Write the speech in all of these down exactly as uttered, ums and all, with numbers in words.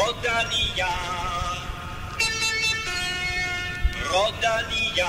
Rodalia, Rodalia.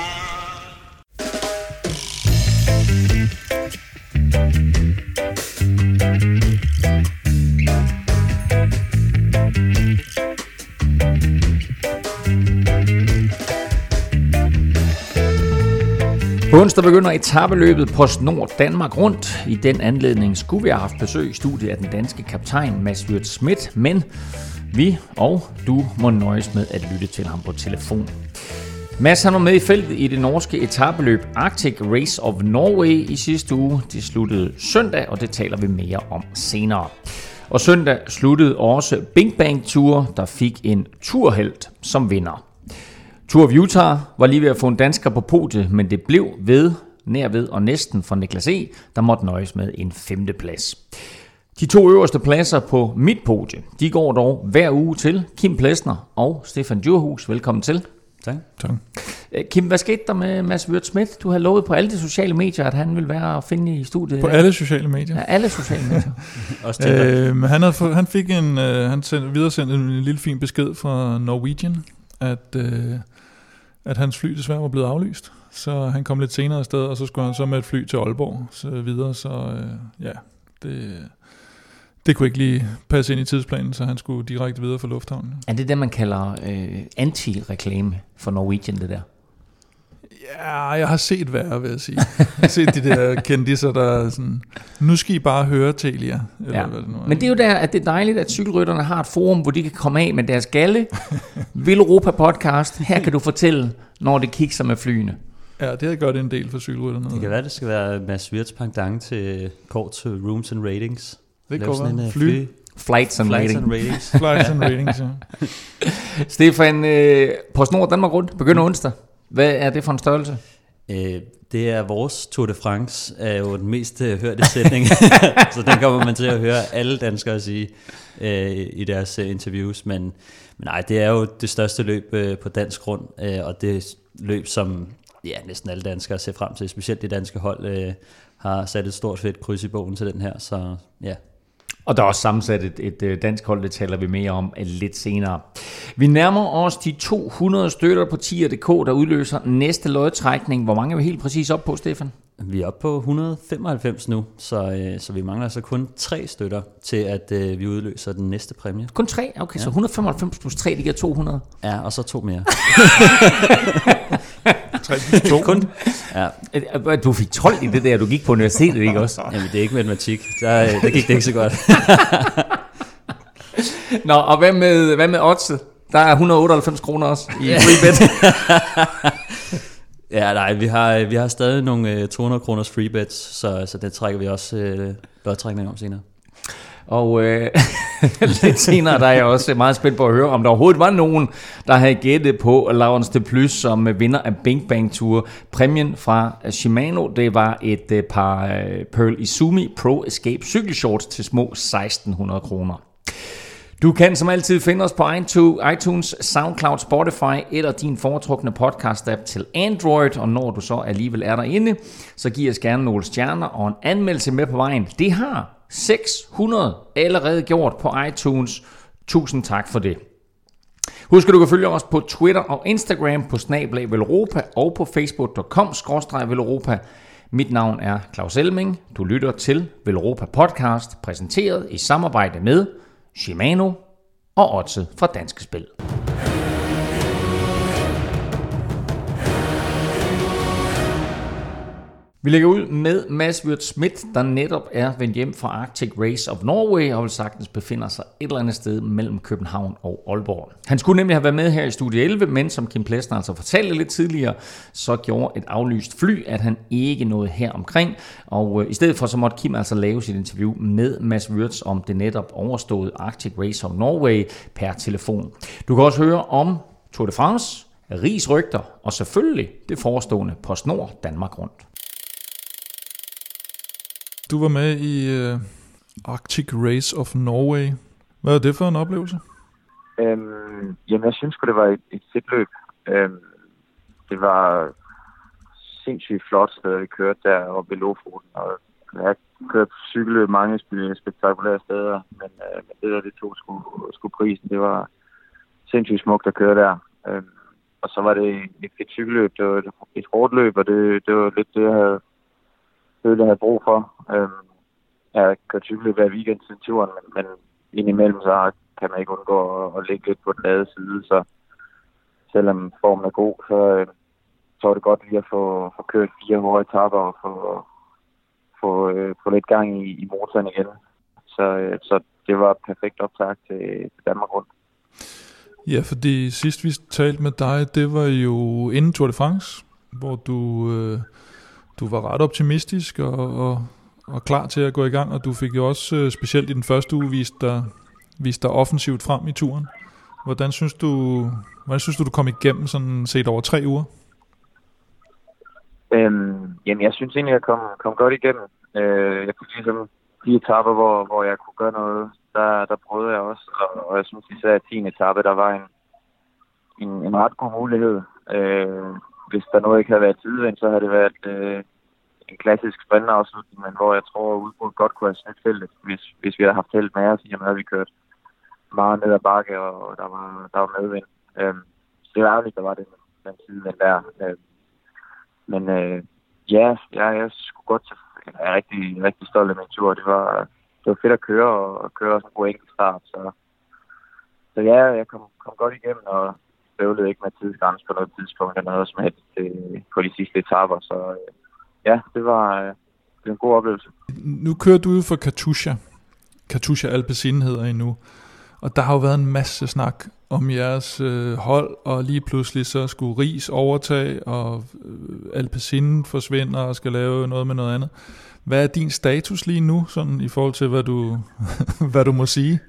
På onsdag begynder etapeløbet PostNord Danmark rundt. I den anledning skulle vi have haft besøg i studiet af den danske kaptajn Mads Wirtz Smith, men vi og du må nøjes med at lytte til ham på telefon. Mads han var med i feltet i det norske etapeløb Arctic Race of Norway i sidste uge. Det sluttede søndag, og det taler vi mere om senere. Og søndag sluttede også Bing Bang Tour, der fik en turhelt som vinder. Tour of Utah var lige ved at få en dansker på podiet, men det blev ved, nær ved og næsten for Niklas E., der måtte nøjes med en femteplads. De to øverste pladser på mit podie, de går dog hver uge til Kim Plesner og Stefan Djurhus. Velkommen til. Tak. tak. Kim, hvad skete der med Mads Wirtz Smith? Du har lovet på alle de sociale medier, at han vil være at finde i studiet. På alle sociale medier? Ja, alle sociale medier. Også øh, han, havde fået, han fik en, øh, han sendte, videresendt en lille fin besked fra Norwegian, at... Øh, at hans fly desværre var blevet aflyst, så han kom lidt senere afsted, og så skulle han så med et fly til Aalborg så videre, så øh, ja, det, det kunne ikke lige passe ind i tidsplanen, så han skulle direkte videre fra lufthavnen. Er det det, man kalder øh, anti-reklame for Norwegian, det der? Ja, jeg har set værre, vil jeg sige. Jeg har set de der kendisser, der er sådan, nu skal I bare høre Telia. Eller ja. Hvad det nu er. Men det er jo der, at det er dejligt, at cykelrytterne har et forum, hvor de kan komme af med deres galle. Villeuropa podcast. Her kan du fortælle, når det kigger med flyene. Ja, det har gjort en del for cykelrytterne. Det kan være, det skal være Mads Wirtz pendant til kort til Rooms and Ratings. Det går være. Fly. Fly. Flights and, Flights rating. and Ratings. Flights and Ratings, ja. Stefan, øh, PostNord Danmark rundt begynder onsdag. Hvad er det for en størrelse? Øh, det er vores Tour de France, er jo den mest øh, hørte sætning, så den kommer man til at høre alle danskere sige øh, i deres øh, interviews, men, men nej, det er jo det største løb øh, på dansk grund, øh, og det løb, som ja, næsten alle danskere ser frem til, specielt det danske hold øh, har sat et stort fedt kryds i bogen til den her, så ja. Og der er også sammensat et, et dansk hold, det taler vi mere om lidt senere. Vi nærmer os de to hundrede støtter på tier punktum d k, der udløser næste lodtrækning. Hvor mange er vi helt præcis op på, Stefan? Vi er oppe på et hundrede og femoghalvfems nu, så, øh, så vi mangler altså kun tre støtter til, at øh, vi udløser den næste præmie. Kun tre? Okay, ja. Så et hundrede og femoghalvfems plus tre, det giver to hundrede. Ja, og så to mere. tre plus to. Kun, ja. Du fik tolv i det der, du gik på universitetet, ikke også? Jamen, det er ikke matematik. Der, der gik det ikke så godt. Nå, og hvad med, hvad med oddset? Der er et hundrede og otteoghalvfems kroner også i free bet. Ja, nej, vi har, vi har stadig nogle uh, to hundrede kroners free bets, så, så det trækker vi også uh, lodtrækning om senere. Og øh, lidt senere, der er jeg også meget spændt på at høre, om der overhovedet var nogen, der havde gættet på Laurens de Plus som vinder af Bing Bang Tour. Præmien fra Shimano, det var et uh, par uh, Pearl Izumi Pro Escape cykelshorts til små seksten hundrede kroner. Du kan som altid finde os på iTunes, SoundCloud, Spotify eller din foretrukne podcast-app til Android. Og når du så alligevel er derinde, så giv os gerne nogle stjerner og en anmeldelse med på vejen. Det har seks hundrede allerede gjort på iTunes. Tusind tak for det. Husk at du kan følge os på Twitter og Instagram på snabel-a Villeuropa og på facebook punktum com skråstreg Villeuropa. Mit navn er Claus Elming. Du lytter til Villeuropa podcast, præsenteret i samarbejde med Shimano og oddset fra Danske Spil. Vi lægger ud med Mads Wirtz Smith, der netop er vendt hjem fra Arctic Race of Norway og vil sagtens befinder sig et eller andet sted mellem København og Aalborg. Han skulle nemlig have været med her i Studie elleve, men som Kim Plesner altså fortalte lidt tidligere, så gjorde et aflyst fly, at han ikke nåede her omkring. Og øh, i stedet for så måtte Kim altså lave sit interview med Mads Wirtz om det netop overståede Arctic Race of Norway per telefon. Du kan også høre om Tour de France, Rigs rygter og selvfølgelig det forestående PostNord Danmark rundt. Du var med i uh, Arctic Race of Norway. Hvad er det for en oplevelse? Øhm, jamen, jeg synes det var et, et fedt løb. Øhm, det var sindssygt flot sted, vi kørte der oppe ved Lofoten, og jeg har kørt cykelløb mange spektakulære steder, men, øh, men det der, det tog sgu, sgu prisen. Det var sindssygt smukt at køre der. Øh, og så var det et fedt cykelløb. Det var et hårdt løb, og det, det var lidt det, jeg havde, det, jeg havde brug for. Øh, jeg har kørt cykelløb hver weekend til turen, men, men indimellem så kan man ikke undgå at, at ligge lidt på den lade side, så selvom formen er god, så, øh, så var det godt lige at få, få kørt fire hårde etaper og få, få, øh, få lidt gang i, i motoren igen. Så, øh, så det var et perfekt optag til, til Danmark rundt. Ja, fordi sidst vi talte med dig, det var jo inden Tour de France, hvor du, øh, du var ret optimistisk og, og, og klar til at gå i gang, og du fik jo også øh, specielt i den første uge vist dig, vist dig offensivt frem i turen. Hvordan synes du, hvordan synes du, du kom igennem sådan set over tre uger? Øhm, jamen, jeg synes egentlig, jeg kom, kom godt igennem. Øh, jeg kunne ligesom de etaper, hvor, hvor jeg kunne gøre noget, der, der prøvede jeg også. Og, og jeg synes især, at tiende etape, der var en, en, en ret god mulighed. Øh, hvis der nu ikke havde været tidevind, så havde det været øh, en klassisk sprintafslutning, men hvor jeg tror, at udbruddet godt kunne have snydt feltet, hvis, hvis vi havde haft held med os, i og med, at vi kørt meget ned ad bakke, og der var, der var medvind. Øh, så det var ærgerligt, der var det den tidevind der. Øh, Men øh, ja, jeg, jeg skulle godt til, jeg er rigtig, rigtig stolt af min tur. Det var, det var fedt at køre, og, og køre sådan en god enkelt start. Så, så ja, jeg kom, kom godt igennem, og bøvlede ikke med tidsgrænse på noget tidspunkt, eller noget som helst øh, på de sidste etaper. Så øh, ja, det var, øh, det var en god oplevelse. Nu kører du ud for Katusha. Katusha Alpecin hedder I nu. Og der har jo været en masse snak om jeres øh, hold, og lige pludselig så skulle Riis overtage, og øh, Alpecin forsvinder og skal lave noget med noget andet. Hvad er din status lige nu, sådan i forhold til, hvad du, hvad du må sige?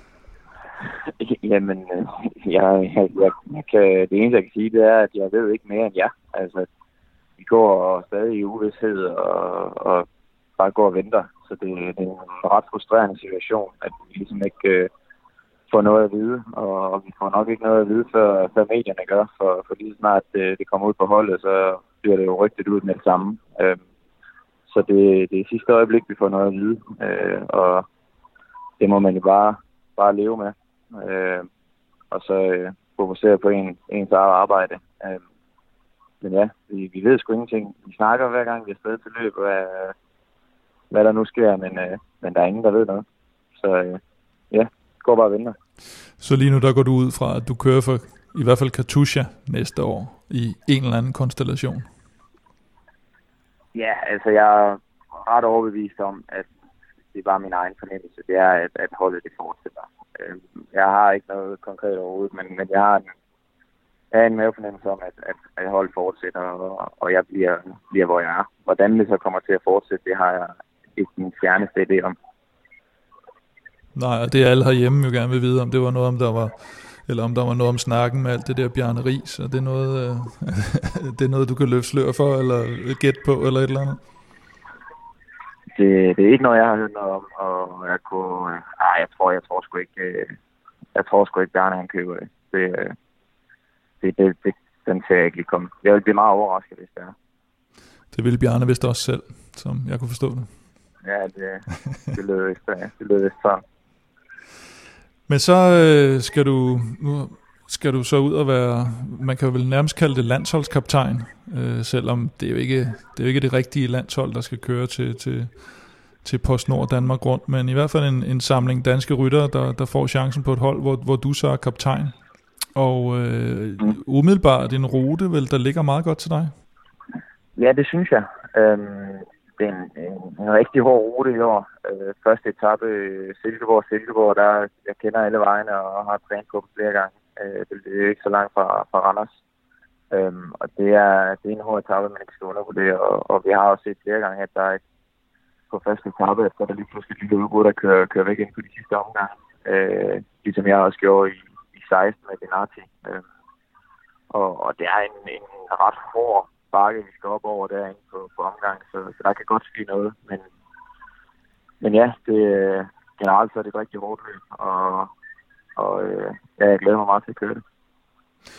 Jamen, øh, jeg, jeg, jeg, jeg kan, det eneste, jeg kan sige, det er, at jeg ved ikke mere end jer. Altså, vi går stadig i uvidshed og, og bare går og venter. Så det, det er en ret frustrerende situation, at vi ligesom ikke øh, får noget at vide, og, og vi får nok ikke noget at vide, før, før medierne gør, for, for lige snart det, det kommer ud på holdet, så bliver det jo rygtet ud med det samme. Øh, så det, det er sidste øjeblik, vi får noget at vide, øh, og det må man jo bare, bare leve med. Øh, og så øh, fokusere på en, ens eget arbejde. Øh, men ja, vi, vi ved sgu ingenting. Vi snakker hver gang, vi er stadig til løb, hvad, hvad der nu sker, men, øh, men der er ingen, der ved noget. Så øh, ja, går bare og venter. Så lige nu der går du ud fra, at du kører for i hvert fald Katusha næste år i en eller anden konstellation? Ja, altså jeg er ret overbevist om, at det er bare min egen fornemmelse. Det er, at, at holdet det fortsætter. Jeg har ikke noget konkret overhovedet, men, men jeg har en, jeg har en mavefornemmelse om, at, at, at holdet fortsætter, og, og jeg bliver, bliver, hvor jeg er. Hvordan det så kommer til at fortsætte, det har jeg ikke min fjerneste idé om. Nej, og det alle herhjemme jo gerne vil vide, om det var noget, om der var, eller om der var noget om snakken med alt det der Bjarne Riis, og det er noget, øh, det er noget, du kan løfte slør for, eller gætte på, eller et eller andet? Det, det er ikke noget, jeg har hørt noget om, og jeg kunne, ej, jeg tror, jeg tror sgu ikke, jeg tror sgu ikke, Bjarne han køber det. Det, det, det, det den ser jeg ikke lige komme. Jeg vil blive meget overrasket, hvis det er. Det ville Bjarne vist også selv, som jeg kunne forstå det. Ja, det, det lød vist, det lød vist sådan. Men så øh, skal du nu skal du så ud og være, man kan vel nærmest kalde det landsholdskaptajn, øh, selvom det er jo ikke det er jo ikke det rigtige landshold, der skal køre til til til PostNord Danmark rundt, men i hvert fald en, en samling danske ryttere, der der får chancen på et hold, hvor hvor du så er kaptajn. Og øh, mm. umiddelbart en rute, vel, der ligger meget godt til dig. Ja, det synes jeg. Øhm, det er en, en, en rigtig hård rute i år. Øh, første etape, Silkeborg, Silkeborg, der jeg kender alle vejene og har trænet på dem flere gange. Øh, det er ikke så langt fra, fra Randers. Øhm, og det er, det er en hård etape, man ikke skal undervurdere. Og, og vi har også set flere gange, at der er et, på første etape, at der er lige pludselig et lille udbrud, der kører, kører væk ind på de sidste omgang. Øh, ligesom jeg også gjorde i, i seksten med Benati. Øh, og, og det er en, en ret hård bakke, vi skal op over derinde på, på omgang, så, så der kan godt ske noget, men, men ja, det, generelt så er det et rigtig hårdt løb, og, og ja, jeg glæder mig meget til at køre det.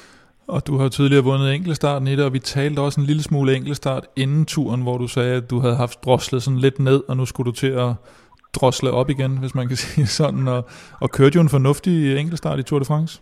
Og du har tidligere vundet enkeltstarten i det, og vi talte også en lille smule enkeltstart inden turen, hvor du sagde, at du havde haft droslet sådan lidt ned, og nu skulle du til at drosle op igen, hvis man kan sige sådan, og, og kørte jo en fornuftig enkeltstart i Tour de France.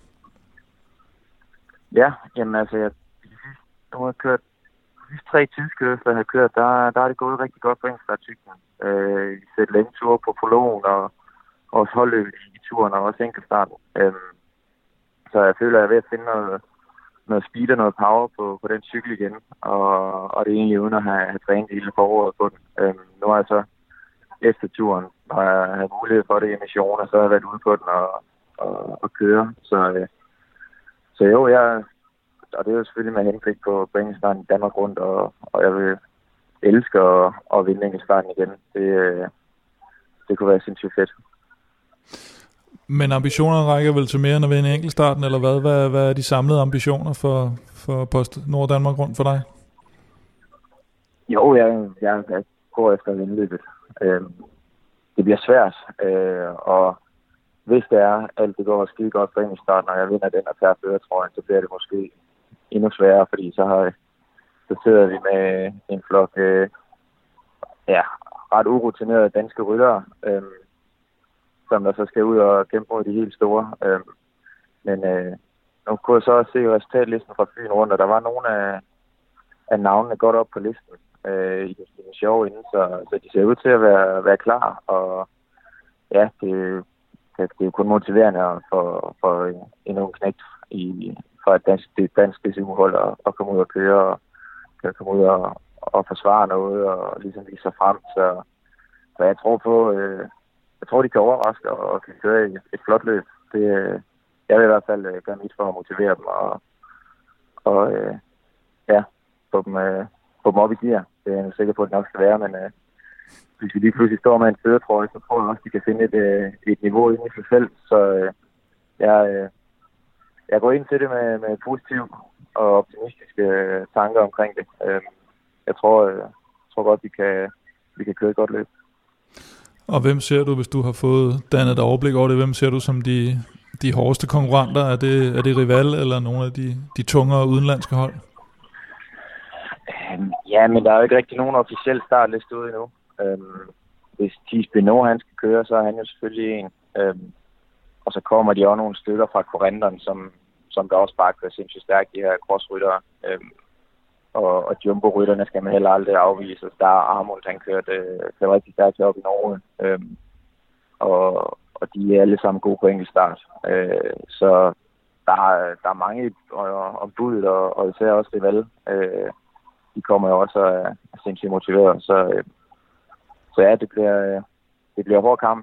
Ja, jamen altså, jeg, nu har jeg kørt de tre tidskørsler, jeg har kørt, der, der er det gået rigtig godt på enkeltstartcyklen. Øh, vi sætter længe tur på prologen, og også holdløbet i turen, og også enkeltstarten. Øh, så jeg føler, at jeg er ved at finde noget, noget speed og noget power på, på den cykel igen, og, og det er egentlig uden at have, have trænet hele foråret på den. Øh, nu er jeg så efter turen, når jeg havde mulighed for det i missioner, så har jeg været ude på den og, og, og køre. Så, øh, så jo, jeg, og det er jo selvfølgelig med henblik på, på enkeltstarten i Danmark rundt, og, og jeg vil elske at, at vinde enkeltstarten igen. Det, øh, det kunne være sindssygt fedt. Men ambitionerne rækker vel til mere end at vinde enkeltstarten, eller hvad? Hvad, hvad er de samlede ambitioner for, for Post Nord Danmark rundt for dig? Jo, jeg, jeg, jeg går efter at vinde løbet. Øh, det bliver svært, øh, og hvis det er, alt det går skide godt på enkeltstarten, og jeg vinder den og tager førertrøjen, så bliver det måske endnu sværere, fordi så, har, så sidder vi med en flok øh, ja, ret urutinerede danske ryttere, øh, som der så skal ud og kæmpe mod de helt store. Øh, men øh, nu kunne jeg så også se resultatlisten fra Fyn rundt, og der var nogle af, af navnene godt op på listen øh, i, i den show inden, så, så de ser ud til at være, være klar, og ja, det, det, det er jo kun motiverende for, for en ung knægt i for et dansk, det danske D C U-hold at, at komme ud og køre, og kan komme ud og, og forsvare noget, og ligesom vise sig frem. Så, så jeg tror på, øh, jeg tror, de kan overraske og, og kan køre et, et flot løb. Det, jeg vil i hvert fald øh, gøre mit for at motivere dem, og, og øh, ja, få dem, øh, få dem op i gear. Det er jeg sikker på, at det nok skal være, men øh, hvis vi lige pludselig står med en førertrøje, så tror jeg også, at de kan finde et, øh, et niveau inde i sig selv. Så øh, jeg... Øh, Jeg går ind til det med, med positive og optimistiske tanker omkring det. Jeg tror, jeg tror godt, vi kan, vi kan køre et godt løb. Og hvem ser du, hvis du har fået dannet et overblik over det, hvem ser du som de, de hårdeste konkurrenter? Er det, er det Rival eller nogle af de, de tungere udenlandske hold? Ja, men der er jo ikke rigtig nogen officiel startliste ude endnu. Hvis Thies Benoit han skal køre, så er han jo selvfølgelig en. Og så kommer de også nogle stykker fra Corendon, som, som der også bare kører sindssygt stærkt, de her crossryttere. Øhm, og, og jumbo-rytterne skal man heller aldrig afvise. Der er Armund, han kørte, kørte rigtig stærkt op i Norge. Øhm, og, og de er alle sammen gode på enkeltstart. Øh, så der er, der er mange om budet, og, og især også Rival. Øh, de kommer jo også og er sindssygt motiveret. Så, øh, så ja, det bliver, det bliver hård kamp.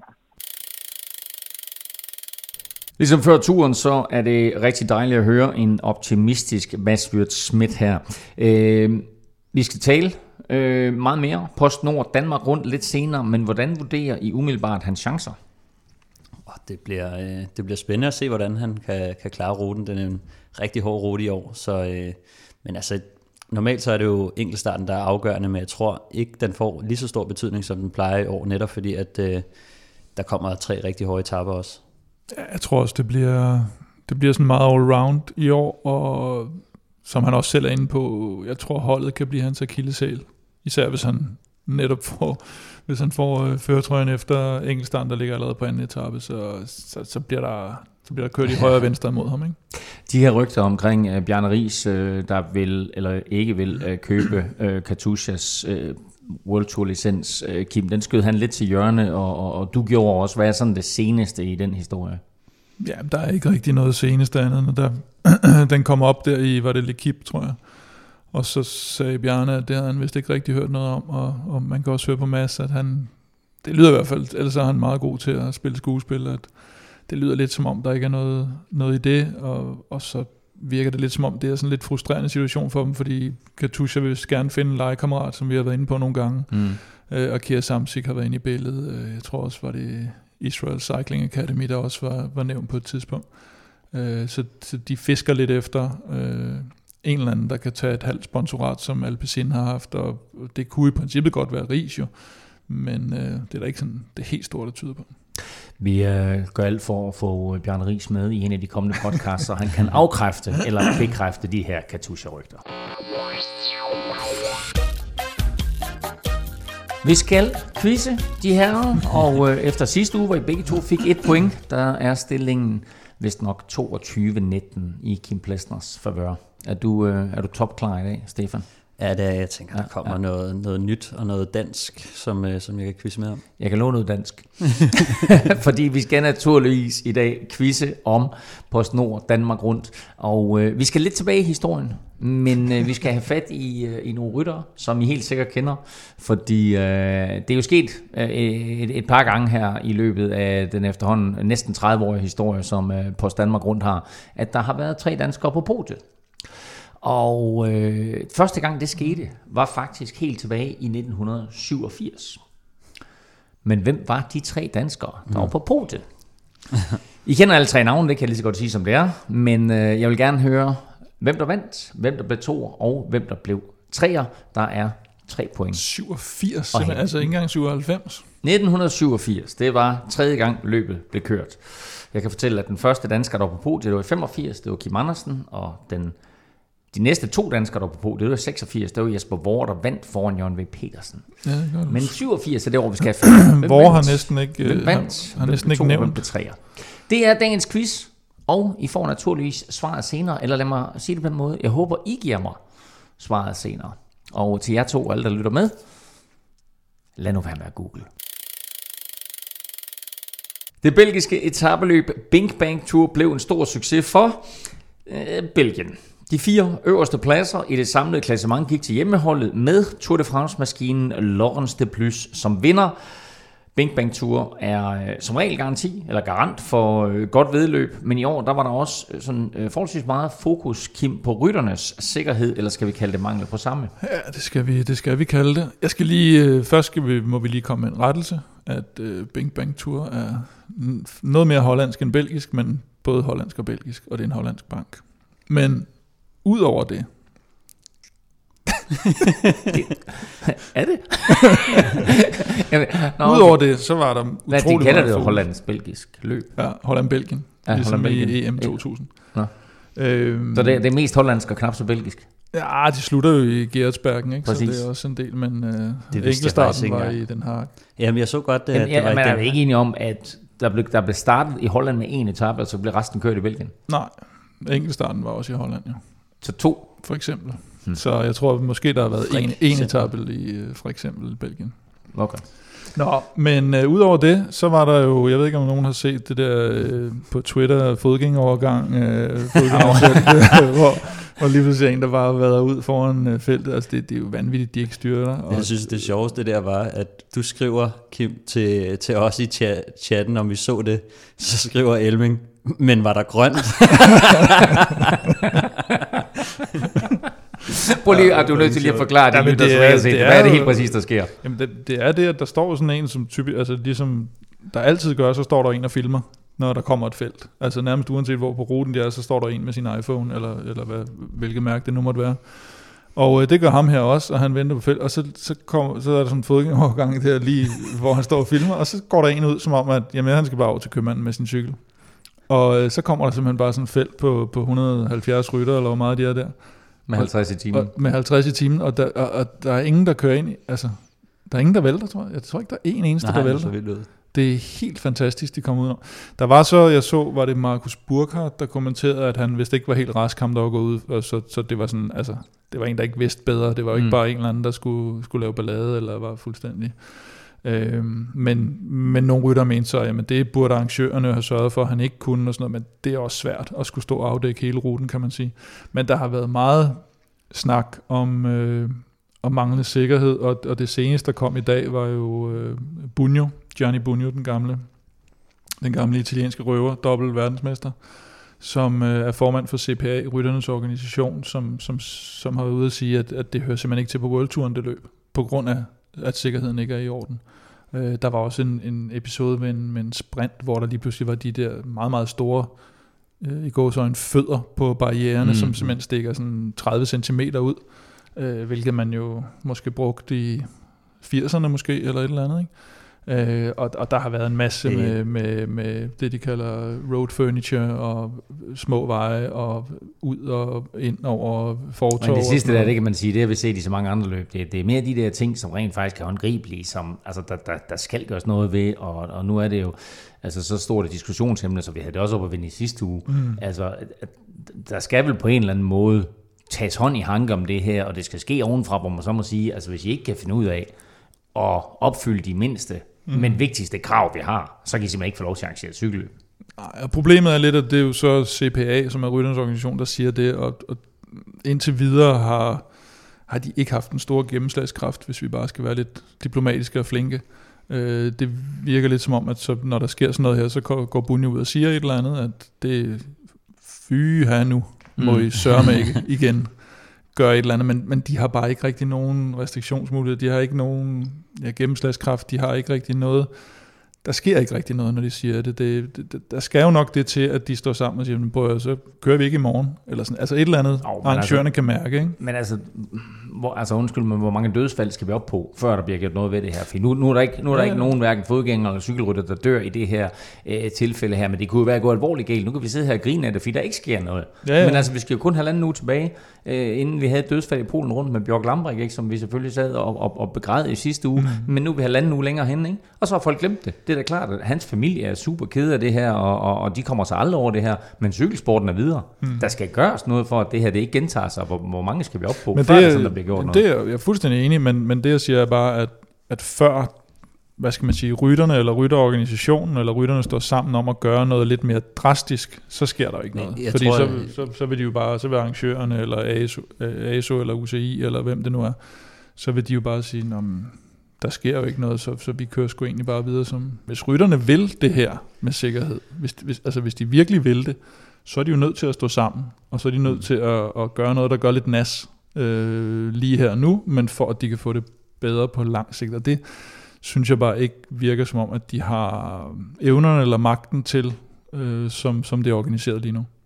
Ligesom før turen, så er det rigtig dejligt at høre en optimistisk Mads Wirt Schmidt her. Øh, vi skal tale øh, meget mere Post Nord Danmark rundt lidt senere, men hvordan vurderer I umiddelbart hans chancer? Det bliver, øh, det bliver spændende at se, hvordan han kan, kan klare ruten. Den er en rigtig hård rute i år. Så, øh, men altså, normalt så er det jo enkeltstarten, der er afgørende, men jeg tror ikke, den får lige så stor betydning, som den plejer i år, netop fordi, at øh, der kommer tre rigtig hårde etaper også. Jeg tror også, det bliver, det bliver sådan meget all-round i år, og som han også selv er inde på, jeg tror holdet kan blive hans akilleshæl, især hvis han netop får, hvis han får øh, førertrøjen efter enkeltstarten, der ligger allerede på anden etape, så, så, så, bliver der, så bliver der kørt i højre og venstre mod ham, ikke? De her rygter omkring uh, Bjarne Riis, uh, der vil eller ikke vil uh, købe uh, Katusha's uh, World Tour licens, uh, Kim, den skød han lidt til hjørne, og, og, og du gjorde også, hvad er sådan det seneste i den historie? Ja, der er ikke rigtig noget seneste andet, når der, den kom op der i, var det L'Equipe, tror jeg. Og så sagde Bjarne, at det havde han vist ikke rigtig hørt noget om, og, og man kan også høre på Mads, at han, det lyder i hvert fald, ellers er han meget god til at spille skuespil, at det lyder lidt som om, der ikke er noget, noget i det, og, og så virker det lidt som om, det er sådan en lidt frustrerende situation for dem, fordi Katusha vil gerne finde en legekammerat, som vi har været inde på nogle gange, mm. øh, og Kira Samsic har været inde i billedet, jeg tror også, var det Israel Cycling Academy, der også var, var nævnt på et tidspunkt. Øh, så, så de fisker lidt efter øh, en eller anden, der kan tage et halvt sponsorat, som Alpecin har haft, og det kunne i princippet godt være Riis jo, men øh, det er da ikke sådan det helt store, der tyder på. Vi øh, gør alt for at få Bjarne Riis med i en af de kommende podcasts, så han kan afkræfte eller bekræfte de her Katusha-rygter. Vi skal quizze de her, og øh, efter sidste uge, hvor I begge to fik et point, der er stillingen vist nok toogtyve nitten i Kim Plesners favør. Er du, øh, er du topklar i dag, Stefan? Ja, det er, jeg tænker, der kommer ja, ja. Noget, noget nyt og noget dansk, som, øh, som jeg kan quizze med om. Jeg kan love noget dansk. Fordi vi skal naturligvis i dag quizze om PostNord Danmark Rundt. Og øh, vi skal lidt tilbage i historien, men øh, vi skal have fat i, øh, i nogle ryttere, som I helt sikkert kender. Fordi øh, det er jo sket øh, et, et par gange her i løbet af den efterhånden næsten tredive-årige historie, som øh, Post Danmark Rundt har, at der har været tre danskere på podiet. Og øh, første gang det skete, var faktisk helt tilbage i nitten syvogfirs. Men hvem var de tre danskere, der var på podiet? I kender alle tre navne, det kan jeg lige så godt sige, som det er. Men øh, jeg vil gerne høre, hvem der vandt, hvem der blev toer, og hvem der blev treer. Der er tre point. syvogfirs, altså ikke engang syvoghalvfems. nitten syvogfirs, det var tredje gang løbet blev kørt. Jeg kan fortælle, at den første dansker, der var på podiet, det var i femogfirs, det var Kim Andersen, og den De næste to danskere, der var på, det var seksogfirs, det var Jesper Vore, der vandt foran Jørgen V. Petersen. Ja, det Men syvogfirs er det år, vi skal have. Vore har næsten ikke, hvem vandt, har, har næsten ikke nævnt. Det er dagens quiz, og I får naturligvis svaret senere, eller lad mig sige det på en måde. Jeg håber, I giver mig svaret senere. Og til jer to og alle, der lytter med, lad nu være med at google. Det belgiske etapeløb Bing Bang Tour blev en stor succes for øh, Belgien. De fire øverste pladser i det samlede klassement gik til hjemmeholdet med Tour de France-maskinen Laurens de Plus som vinder. Bing Bang Tour er som regel garanti eller garant for godt vedløb, men i år der var der også sådan forholdsvis meget fokus, Kim, på rytternes sikkerhed, eller skal vi kalde det mangel på samme? Ja, det skal vi, det skal vi kalde det. Jeg skal lige først skal vi, må vi lige komme med en rettelse, at uh, Bing Bang Tour er noget mere hollandsk end belgisk, men både hollandsk og belgisk, og det er en hollandsk bank. Men udover det. Er det? Nå, Udover okay. det, så var der Hvad, utrolig de kalder det hollandsk-belgisk løb? Ja, Holland-Belgien. Ja, ligesom Holland-Belgien. i E M to tusind. Ja. Øhm, så det, det er mest hollandsk og knap så belgisk? Ja, de slutter jo i Gerardsbergen, ikke? Præcis. Så det er også en del, men uh, enkeltstarten var i Den Haag. Jamen, jeg så godt, det, Jamen, ja, det var men i er vi ikke enige om, at der blev, der blev startet i Holland med en etape, og så blev resten kørt i Belgien? Nej, enkeltstarten var også i Holland, ja. Så to? For eksempel. Hmm. Så jeg tror måske, der har været en, en etape i for eksempel Belgien. Okay. Nå, men øh, udover det, så var der jo, jeg ved ikke om nogen har set det der øh, på Twitter, fodgængerovergang, øh, fodgængerovergang hvor, hvor lige pludselig en, der bare har været ud foran øh, feltet. Altså det, det er jo vanvittigt, de ikke styrer der. Jeg synes, det sjoveste der var, at du skriver, Kim, til, til os i chatten, om vi så det, så skriver Elming, men var der grønt? Prøv lige, at du er nødt til lige at forklare det, ja, lytter, det, er, det, det er, hvad er det helt præcis, der sker? Jamen det, det er det, at der står sådan en, som typisk, altså ligesom der altid gør, så står der en og filmer, når der kommer et felt. Altså nærmest uanset hvor på ruten de er, så står der en med sin iPhone, eller, eller hvad, hvilket mærke det nu måtte være. Og øh, det gør ham her også, og han venter på felt, og så, så, kommer, så er der sådan en fodgængerovergang der lige, hvor han står og filmer, og så går der en ud, som om, at jamen, han skal bare over til købmanden med sin cykel. Og øh, så kommer der simpelthen bare sådan et felt på, på et hundrede og halvfjerds rytter, eller hvor meget de er der. Med halvtreds i timen. Og, med halvtreds i timen, og der, og, og der er ingen, der kører ind i, altså, der er ingen, der vælter, tror jeg. Jeg tror ikke, der er en eneste, Nej, der vælter. Det, det er helt fantastisk, de kommer ud. Der var så, jeg så, var det Markus Burkhardt, der kommenterede, at han vist ikke var helt rask, ham der var gået ud, og så, så det var sådan, altså, det var en, der ikke vidste bedre. Det var jo ikke mm. bare en eller anden, der skulle, skulle lave ballade, eller var fuldstændig. Øhm, men, men nogle rytter mente så, jamen det burde arrangørerne have sørget for, at han ikke kunne, og sådan noget, men det er også svært at skulle stå og afdække hele ruten, kan man sige. Men der har været meget snak om, øh, om manglende sikkerhed, og, og det seneste, der kom i dag, var jo øh, Bugno, Gianni Bugno, den gamle, den gamle italienske røver, dobbelt verdensmester, som øh, er formand for C P A, rytternes organisation, som, som, som har været ude at sige, at, at det hører simpelthen ikke til på World Touren, det løb, på grund af, at sikkerheden ikke er i orden. Øh, der var også en, en episode med en, med en sprint, hvor der lige pludselig var de der meget, meget store, øh, i går så en fødder på barriererne, mm. som simpelthen stikker sådan tredive centimeter ud, øh, hvilket man jo måske brugte i firserne måske, eller et eller andet, ikke? Øh, og, og der har været en masse det. Med, med, med det, de kalder road furniture og små veje og ud og ind over fortov. Men det sidste der, det kan man sige, det har vi set i så mange andre løb. Det, det er mere de der ting, som rent faktisk er håndgribelige, som altså, der, der, der skal gøres noget ved, og, og nu er det jo altså, så stort et diskussionsemne, så vi havde det også op at vinde i sidste uge. Mm. Altså, der skal vel på en eller anden måde tages hånd i hanke om det her, og det skal ske ovenfra, hvor man så må sige, altså hvis I ikke kan finde ud af at opfylde de mindste, mm. men vigtigste krav, vi har, så kan I simpelthen ikke få lov til at arrangere et cykelløb. Nej, problemet er lidt, at det er jo så C P A, som er rytternes organisation, der siger det, og, og indtil videre har, har de ikke haft en stor gennemslagskraft, hvis vi bare skal være lidt diplomatiske og flinke. Øh, det virker lidt som om, at så, når der sker sådan noget her, så går Bunje ud og siger et eller andet, at det fy her nu, må mm. I sørge med ikke igen gøre et eller andet, men, men de har bare ikke rigtig nogen restriktionsmulighed, de har ikke nogen ja, gennemslagskraft, de har ikke rigtig noget, der sker ikke rigtig noget, når de siger det. Det, det, det der skal jo nok det til, at de står sammen og siger, prøv, så kører vi ikke i morgen, eller sådan, altså et eller andet, oh, arrangørerne altså, kan mærke, ikke? Men altså, hvor, altså undskyld, men hvor mange dødsfald skal vi op på, før der bliver gjort noget ved det her? For nu, nu er der ikke, nu er der ja, ikke nogen hverken fodgængere eller cykelrytter, der dør i det her øh, tilfælde her, men det kunne jo være gået alvorligt galt. Nu kan vi sidde her og grine af det, fordi der ikke sker noget. Ja, ja. Men altså, vi skal jo kun halvanden uge tilbage, øh, inden vi havde dødsfald i Polen rundt med Bjørk Lambrik, ikke, som vi selvfølgelig sad og, og, og begrædede i sidste uge, mm. men nu er vi halvanden uge længere hen, ikke? Og så har folk glemt det. Det er da klart, at hans familie er super ked af det her, og, og, og de kommer sig aldrig over det her, men cykelsporten er videre. Mm. Der skal gøres noget for, at det her det ikke gentager sig. Hvor, hvor mange skal vi op på, men før det, det, sådan, der bliver gjort noget? Det er jeg er fuldstændig enig, men, men det jeg siger er bare, at, at før, hvad skal man sige, rytterne eller rytterorganisationen eller rytterne står sammen om at gøre noget lidt mere drastisk, så sker der ikke noget. Fordi tror, så, jeg... så, så vil de jo bare, så vil arrangørerne eller A S O, A S O eller U C I eller hvem det nu er, så vil de jo bare sige, der sker jo ikke noget, så, så vi kører sgu egentlig bare videre som... Hvis rytterne vil det her med sikkerhed, hvis, hvis, altså hvis de virkelig vil det, så er de jo nødt til at stå sammen, og så er de nødt til at, at gøre noget, der gør lidt nas øh, lige her nu, men for at de kan få det bedre på lang sigt. Og det synes jeg bare ikke virker som om, at de har evnerne eller magten til, øh, som, som det er organiseret lige nu.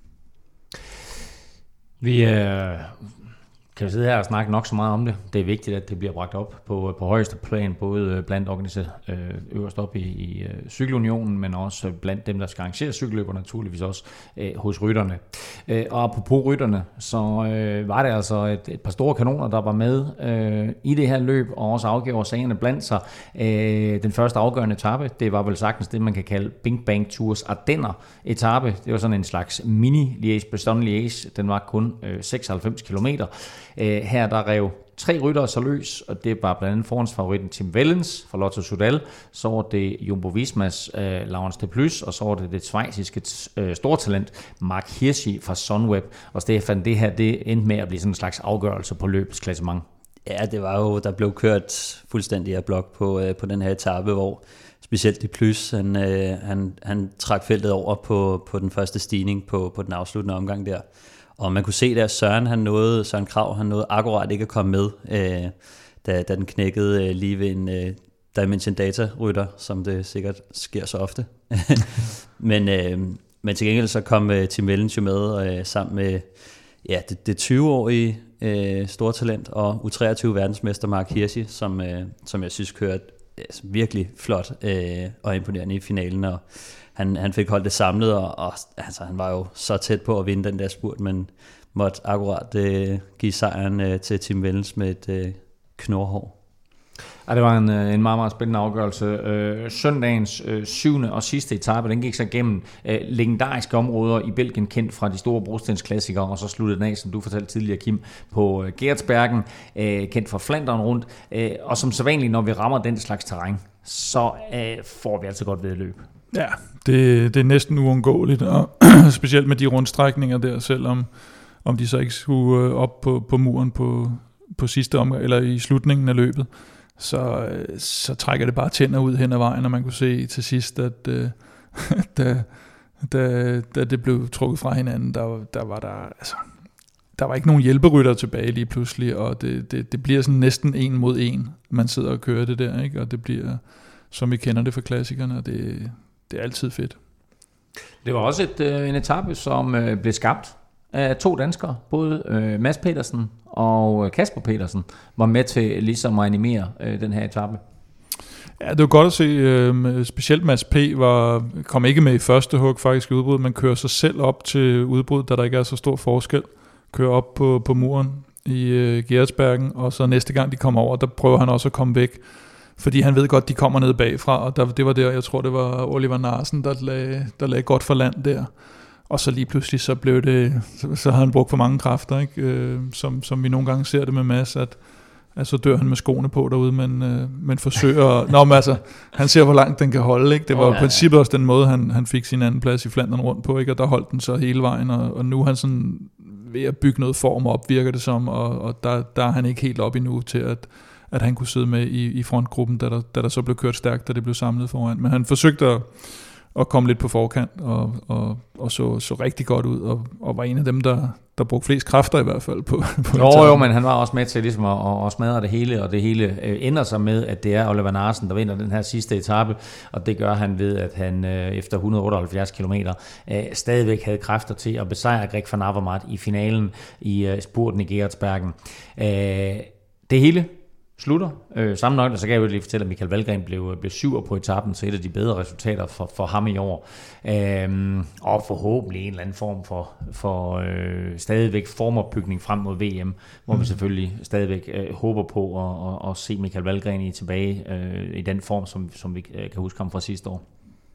Vi øh, kan sidde her og snakke nok så meget om det. Det er vigtigt, at det bliver bragt op på, på højeste plan, både blandt organisationer øh, øverst op i, i uh, Cykelunionen, men også blandt dem, der skal arrangere cykelløber, naturligvis også øh, hos rytterne. Øh, og apropos rytterne, så øh, var det altså et, et par store kanoner, der var med øh, i det her løb, og også afgjorde sagerne blandt sig. Øh, den første afgørende etape, det var vel sagtens det, man kan kalde Bing Bang Tours Ardenner etape. Det var sådan en slags mini-Liège-Bastogne-Liège. Den var kun øh, seksoghalvfems kilometer. Uh, her der rev tre ryttere så løs, og det var blandt andet forhåndsfavoritten Tim Wellens fra Lotto Soudal, så var det Jumbo Vismas uh, Laurens de Plus, og så var det det schweiziske uh, stortalent Mark Hirschi fra Sunweb. Og Stefan, det her det endte med at blive sådan en slags afgørelse på løbets klassement. Ja, det var jo, der blev kørt fuldstændig af blok på, uh, på den her etape, hvor specielt de Plus, han, uh, han, han trak feltet over på, på den første stigning på, på den afsluttende omgang der. Og man kunne se der, Søren, han nåede, Søren Krag, han nåede akkurat ikke at komme med, øh, da, da den knækkede øh, lige ved en øh, Dimension Data-rytter, som det sikkert sker så ofte. men, øh, men til gengæld så kom øh, Tim Wellens jo med øh, sammen med ja, det, det tyve-årige øh, stortalent og U treogtyve verdensmester Mark Hirschi, som, øh, som jeg synes kørte øh, virkelig flot øh, og imponerende i finalen, og Han, han fik holdt det samlet, og, og altså, han var jo så tæt på at vinde den der spurt, men måtte akkurat øh, give sejren øh, til Tim Wellens med et øh, knorhår. Ja, det var en, en meget, meget spændende afgørelse. Øh, søndagens øh, syvende og sidste etape, den gik så gennem øh, legendariske områder i Belgien, kendt fra de store brostensklassikere, og så sluttede den af, som du fortalte tidligere, Kim, på øh, Geertsbergen, øh, kendt fra Flandern rundt, øh, og som sædvanligt, når vi rammer den slags terræn, så øh, får vi altså godt vedløb. Ja, det, det er næsten uundgåeligt, og specielt med de rundstrækninger der, selvom om de så ikke skulle op på, på muren på, på sidste omgang, eller i slutningen af løbet, så, så trækker det bare tænder ud hen ad vejen, og man kunne se til sidst, at da, da, da det blev trukket fra hinanden, der, der var der, altså, der var ikke nogen hjælperytter tilbage lige pludselig, og det, det, det bliver sådan næsten en mod en, man sidder og kører det der, ikke? Og det bliver, som vi kender det fra klassikerne, og det Det er altid fedt. Det var også et, øh, en etape, som øh, blev skabt af to danskere. Både øh, Mads Petersen og Kasper Petersen var med til ligesom at animere øh, den her etape. Ja, det var godt at se. Øh, specielt Mads P. Var, kom ikke med i første hug faktisk i udbrud, men kører sig selv op til udbrud, da der ikke er så stor forskel. Kører op på, på muren i øh, Geretsbergen, og så næste gang de kommer over, der prøver han også at komme væk. Fordi han ved godt, de kommer ned bagfra, og der, det var der, jeg tror, det var Oliver Narsen, der lagde, der lagde godt for land der. Og så lige pludselig, så blev det, så, så havde han brugt for mange kræfter, ikke? Øh, som, som vi nogle gange ser det med Mads, at, at så dør han med skoene på derude, men, øh, men forsøger, nå, men altså, han ser, hvor langt den kan holde, ikke? Det var i oh, ja, princippet også den måde, han, han fik sin anden plads i Flandern rundt på, ikke? Og der holdt den så hele vejen, og, og nu er han sådan ved at bygge noget form op, virker det som, og, og der, der er han ikke helt op endnu til, at at han kunne sidde med i, i frontgruppen, da der, da der så blev kørt stærkt, da det blev samlet foran. Men han forsøgte at, at komme lidt på forkant, og, og, og så, så rigtig godt ud, og, og var en af dem, der, der brugte flest kræfter i hvert fald på, på Jo, jo, men han var også med til ligesom at, at smadre det hele, og det hele ender sig med, at det er Oliver Narsen, der vinder den her sidste etape, og det gør han ved, at han efter et hundrede og otteoghalvfjerds kilometer stadigvæk havde kræfter til at besejre Greg van Avermaet i finalen i spurten i Geretsbergen. Det hele slutter. Øh, samme nøgle, så kan jeg jo lige fortælle, at Michael Valgren blev, blev syver på etappen, så et af de bedre resultater for, for ham i år. Øhm, og forhåbentlig en eller anden form for, for øh, stadigvæk formopbygning frem mod V M, hvor mm. vi selvfølgelig stadigvæk øh, håber på at, at, at se Michael Valgren i tilbage øh, i den form, som, som vi øh, kan huske ham fra sidste år.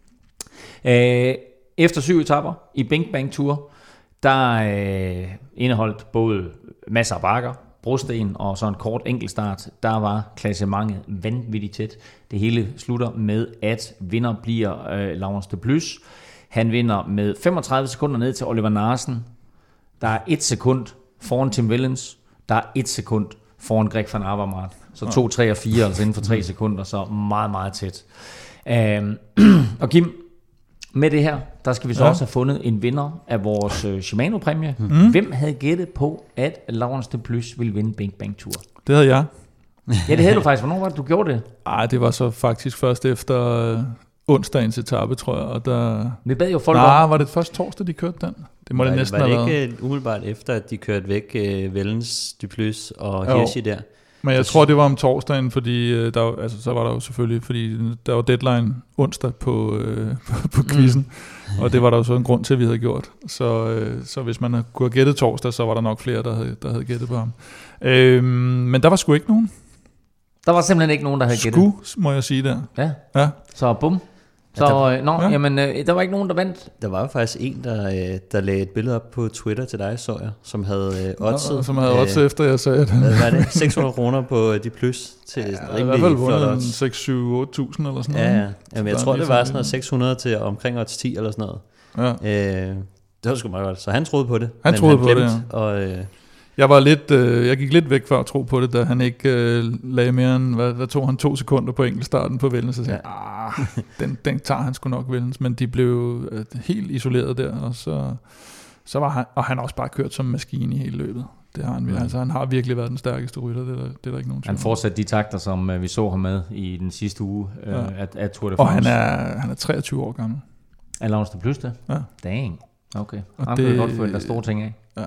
Øh, efter syv etapper i Bing Bang Tour, der øh, indeholdt både masser af bakker, brosten og så en kort enkeltstart. Der var klassementet vanvittigt tæt. Det hele slutter med, at vinder bliver øh, Laurens de Plus. Han vinder med femogtredive sekunder ned til Oliver Narsen. Der er et sekund foran Tim Wellens. Der er et sekund foran Greg van Avermaet. Så to, tre og fire, altså inden for tre sekunder, så meget, meget tæt. Øhm, og Kim, med det her, der skal vi så ja. også have fundet en vinder af vores uh, Shimano-præmie. Mm. Hvem havde gættet på, at Laurens de Plus ville vinde Bing Bang Tour? Det havde jeg. Ja, det havde du faktisk. Hvornår var det, du gjorde det? Ej, det var så faktisk først efter uh, onsdagens etape, tror jeg. Og der... Vi bad jo folk Nej, om... var det først torsdag, de kørte den? Det må var, det næsten var have det været. ikke umiddelbart efter, at de kørte væk uh, Wellens, de Plus og Hirschi der? Men jeg tror, det var om torsdagen, fordi der, altså, så var der jo selvfølgelig, fordi der var deadline onsdag på, øh, på, på quizzen, mm. og det var der jo så en grund til, at vi havde gjort. Så, øh, så hvis man kunne have gættet torsdag, så var der nok flere, der havde, der havde gættet på ham. Øh, men der var sgu ikke nogen. Der var simpelthen ikke nogen, der havde gættet. Sku, må jeg sige der. Ja, ja. Så bum. Så ja, der, øh, nå, ja. jamen, øh, der var ikke nogen, der vandt. Der var jo faktisk en, der, øh, der lagde et billede op på Twitter til dig, så jeg, som havde øh, oddset. Nå, som havde øh, oddset efter, jeg sagde det. Hvad var det? seks hundrede kroner på de plus til ja, rimelig i hvert fald vundet seks, syv, otte tusind eller sådan noget. Ja, ja. Jamen, jeg tror, det var sådan noget seks hundrede til omkring odds ti eller sådan noget. Ja. Øh, det var sgu meget godt. Så han troede på det. Han men troede han på glemte, det, ja. Og, øh, Jeg var lidt, øh, jeg gik lidt væk fra at tro på det, da han ikke øh, lagde mere end, hvad, hvad tog han, to sekunder på enkeltstarten på Wellens, og så tænkte, ja. ah, den, den tager han sgu nok Wellens, men de blev øh, helt isoleret der, og så, så var han, og han har også bare kørt som maskine i hele løbet. Det har han, mm. altså, han har virkelig været den stærkeste rytter, det er der, det er der ikke nogen tvivl. Han fortsatte de takter, som øh, vi så ham med i den sidste uge øh, ja. af, af Tour de France. Og han er, han er treogtyve år gammel. Er Laurens de Plus det? Ja. Dang, okay. Og han det, kunne godt føle, der store ting af. Ja.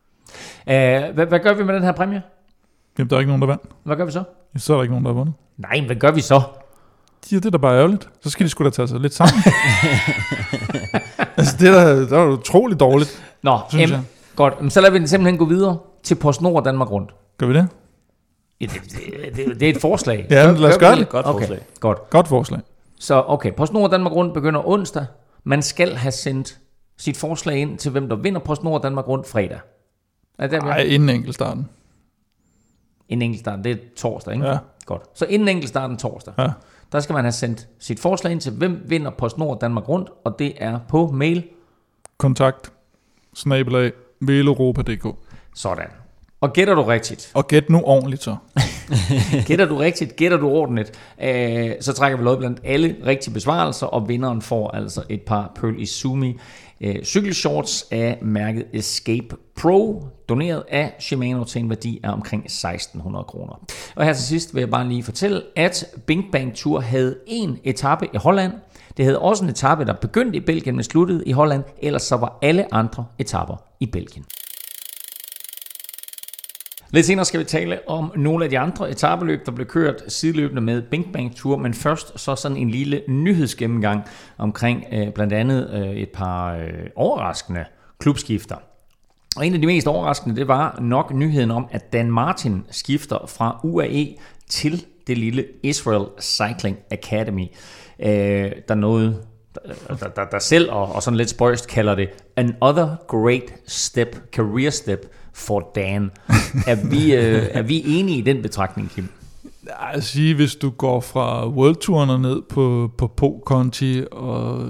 Uh, hvad, hvad gør vi med den her præmie? Jamen, der er ikke nogen, der vandt. Hvad gør vi så? Så er der ikke nogen, der har vundet. Nej, men hvad gør vi så? Ja, det er da bare ærgerligt. Så skal de sgu da tage sig lidt sammen. altså, det er da, det er utroligt dårligt. Nå, em, godt. Så lader vi simpelthen gå videre til PostNord og Danmark Rundt. Gør vi det? Ja, det, det, det, det er et forslag. Ja, men lad os gøre det. Godt okay. forslag. Godt. Godt forslag. Så okay, PostNord og Danmark Rundt begynder onsdag. Man skal have sendt sit forslag ind til, hvem der vinder PostNord og Danmark Rundt fredag. Nej, inden enkeltstarten. Inden enkeltstarten, det er torsdag, ikke? Ja. Godt. Så inden enkeltstarten torsdag, ja. der skal man have sendt sit forslag ind til, hvem vinder PostNord Danmark Rundt, og det er på mail. Kontakt, snabelag, veleuropa punktum d k. Sådan. Og gætter du rigtigt? Og gæt nu ordentligt så. Gætter du rigtigt, gætter du ordentligt, øh, så trækker vi lod blandt alle rigtige besvarelser, og vinderen får altså et par Pearl Izumi øh, cykelshorts af mærket Escape Pro, doneret af Shimano til en værdi af omkring seksten hundrede kroner. Og her til sidst vil jeg bare lige fortælle, at Bing Bang Tour havde en etape i Holland. Det havde også en etape, der begyndte i Belgien, men sluttede i Holland, ellers så var alle andre etaper i Belgien. Lidt senere skal vi tale om nogle af de andre etapeløb, der blev kørt sideløbende med Bing Bang Tour, men først så sådan en lille nyhedsgennemgang omkring øh, blandt andet øh, et par øh, overraskende klubskifter. Og en af de mest overraskende, det var nok nyheden om, at Dan Martin skifter fra U A E til det lille Israel Cycling Academy, øh, der noget, der, der, der selv og, og sådan lidt spøjst kalder det another great step, career step for Dan. Er vi, øh, er vi enige i den betragtning, Kim? Jeg sige, hvis du går fra World Touren og ned på, på Po Conti, og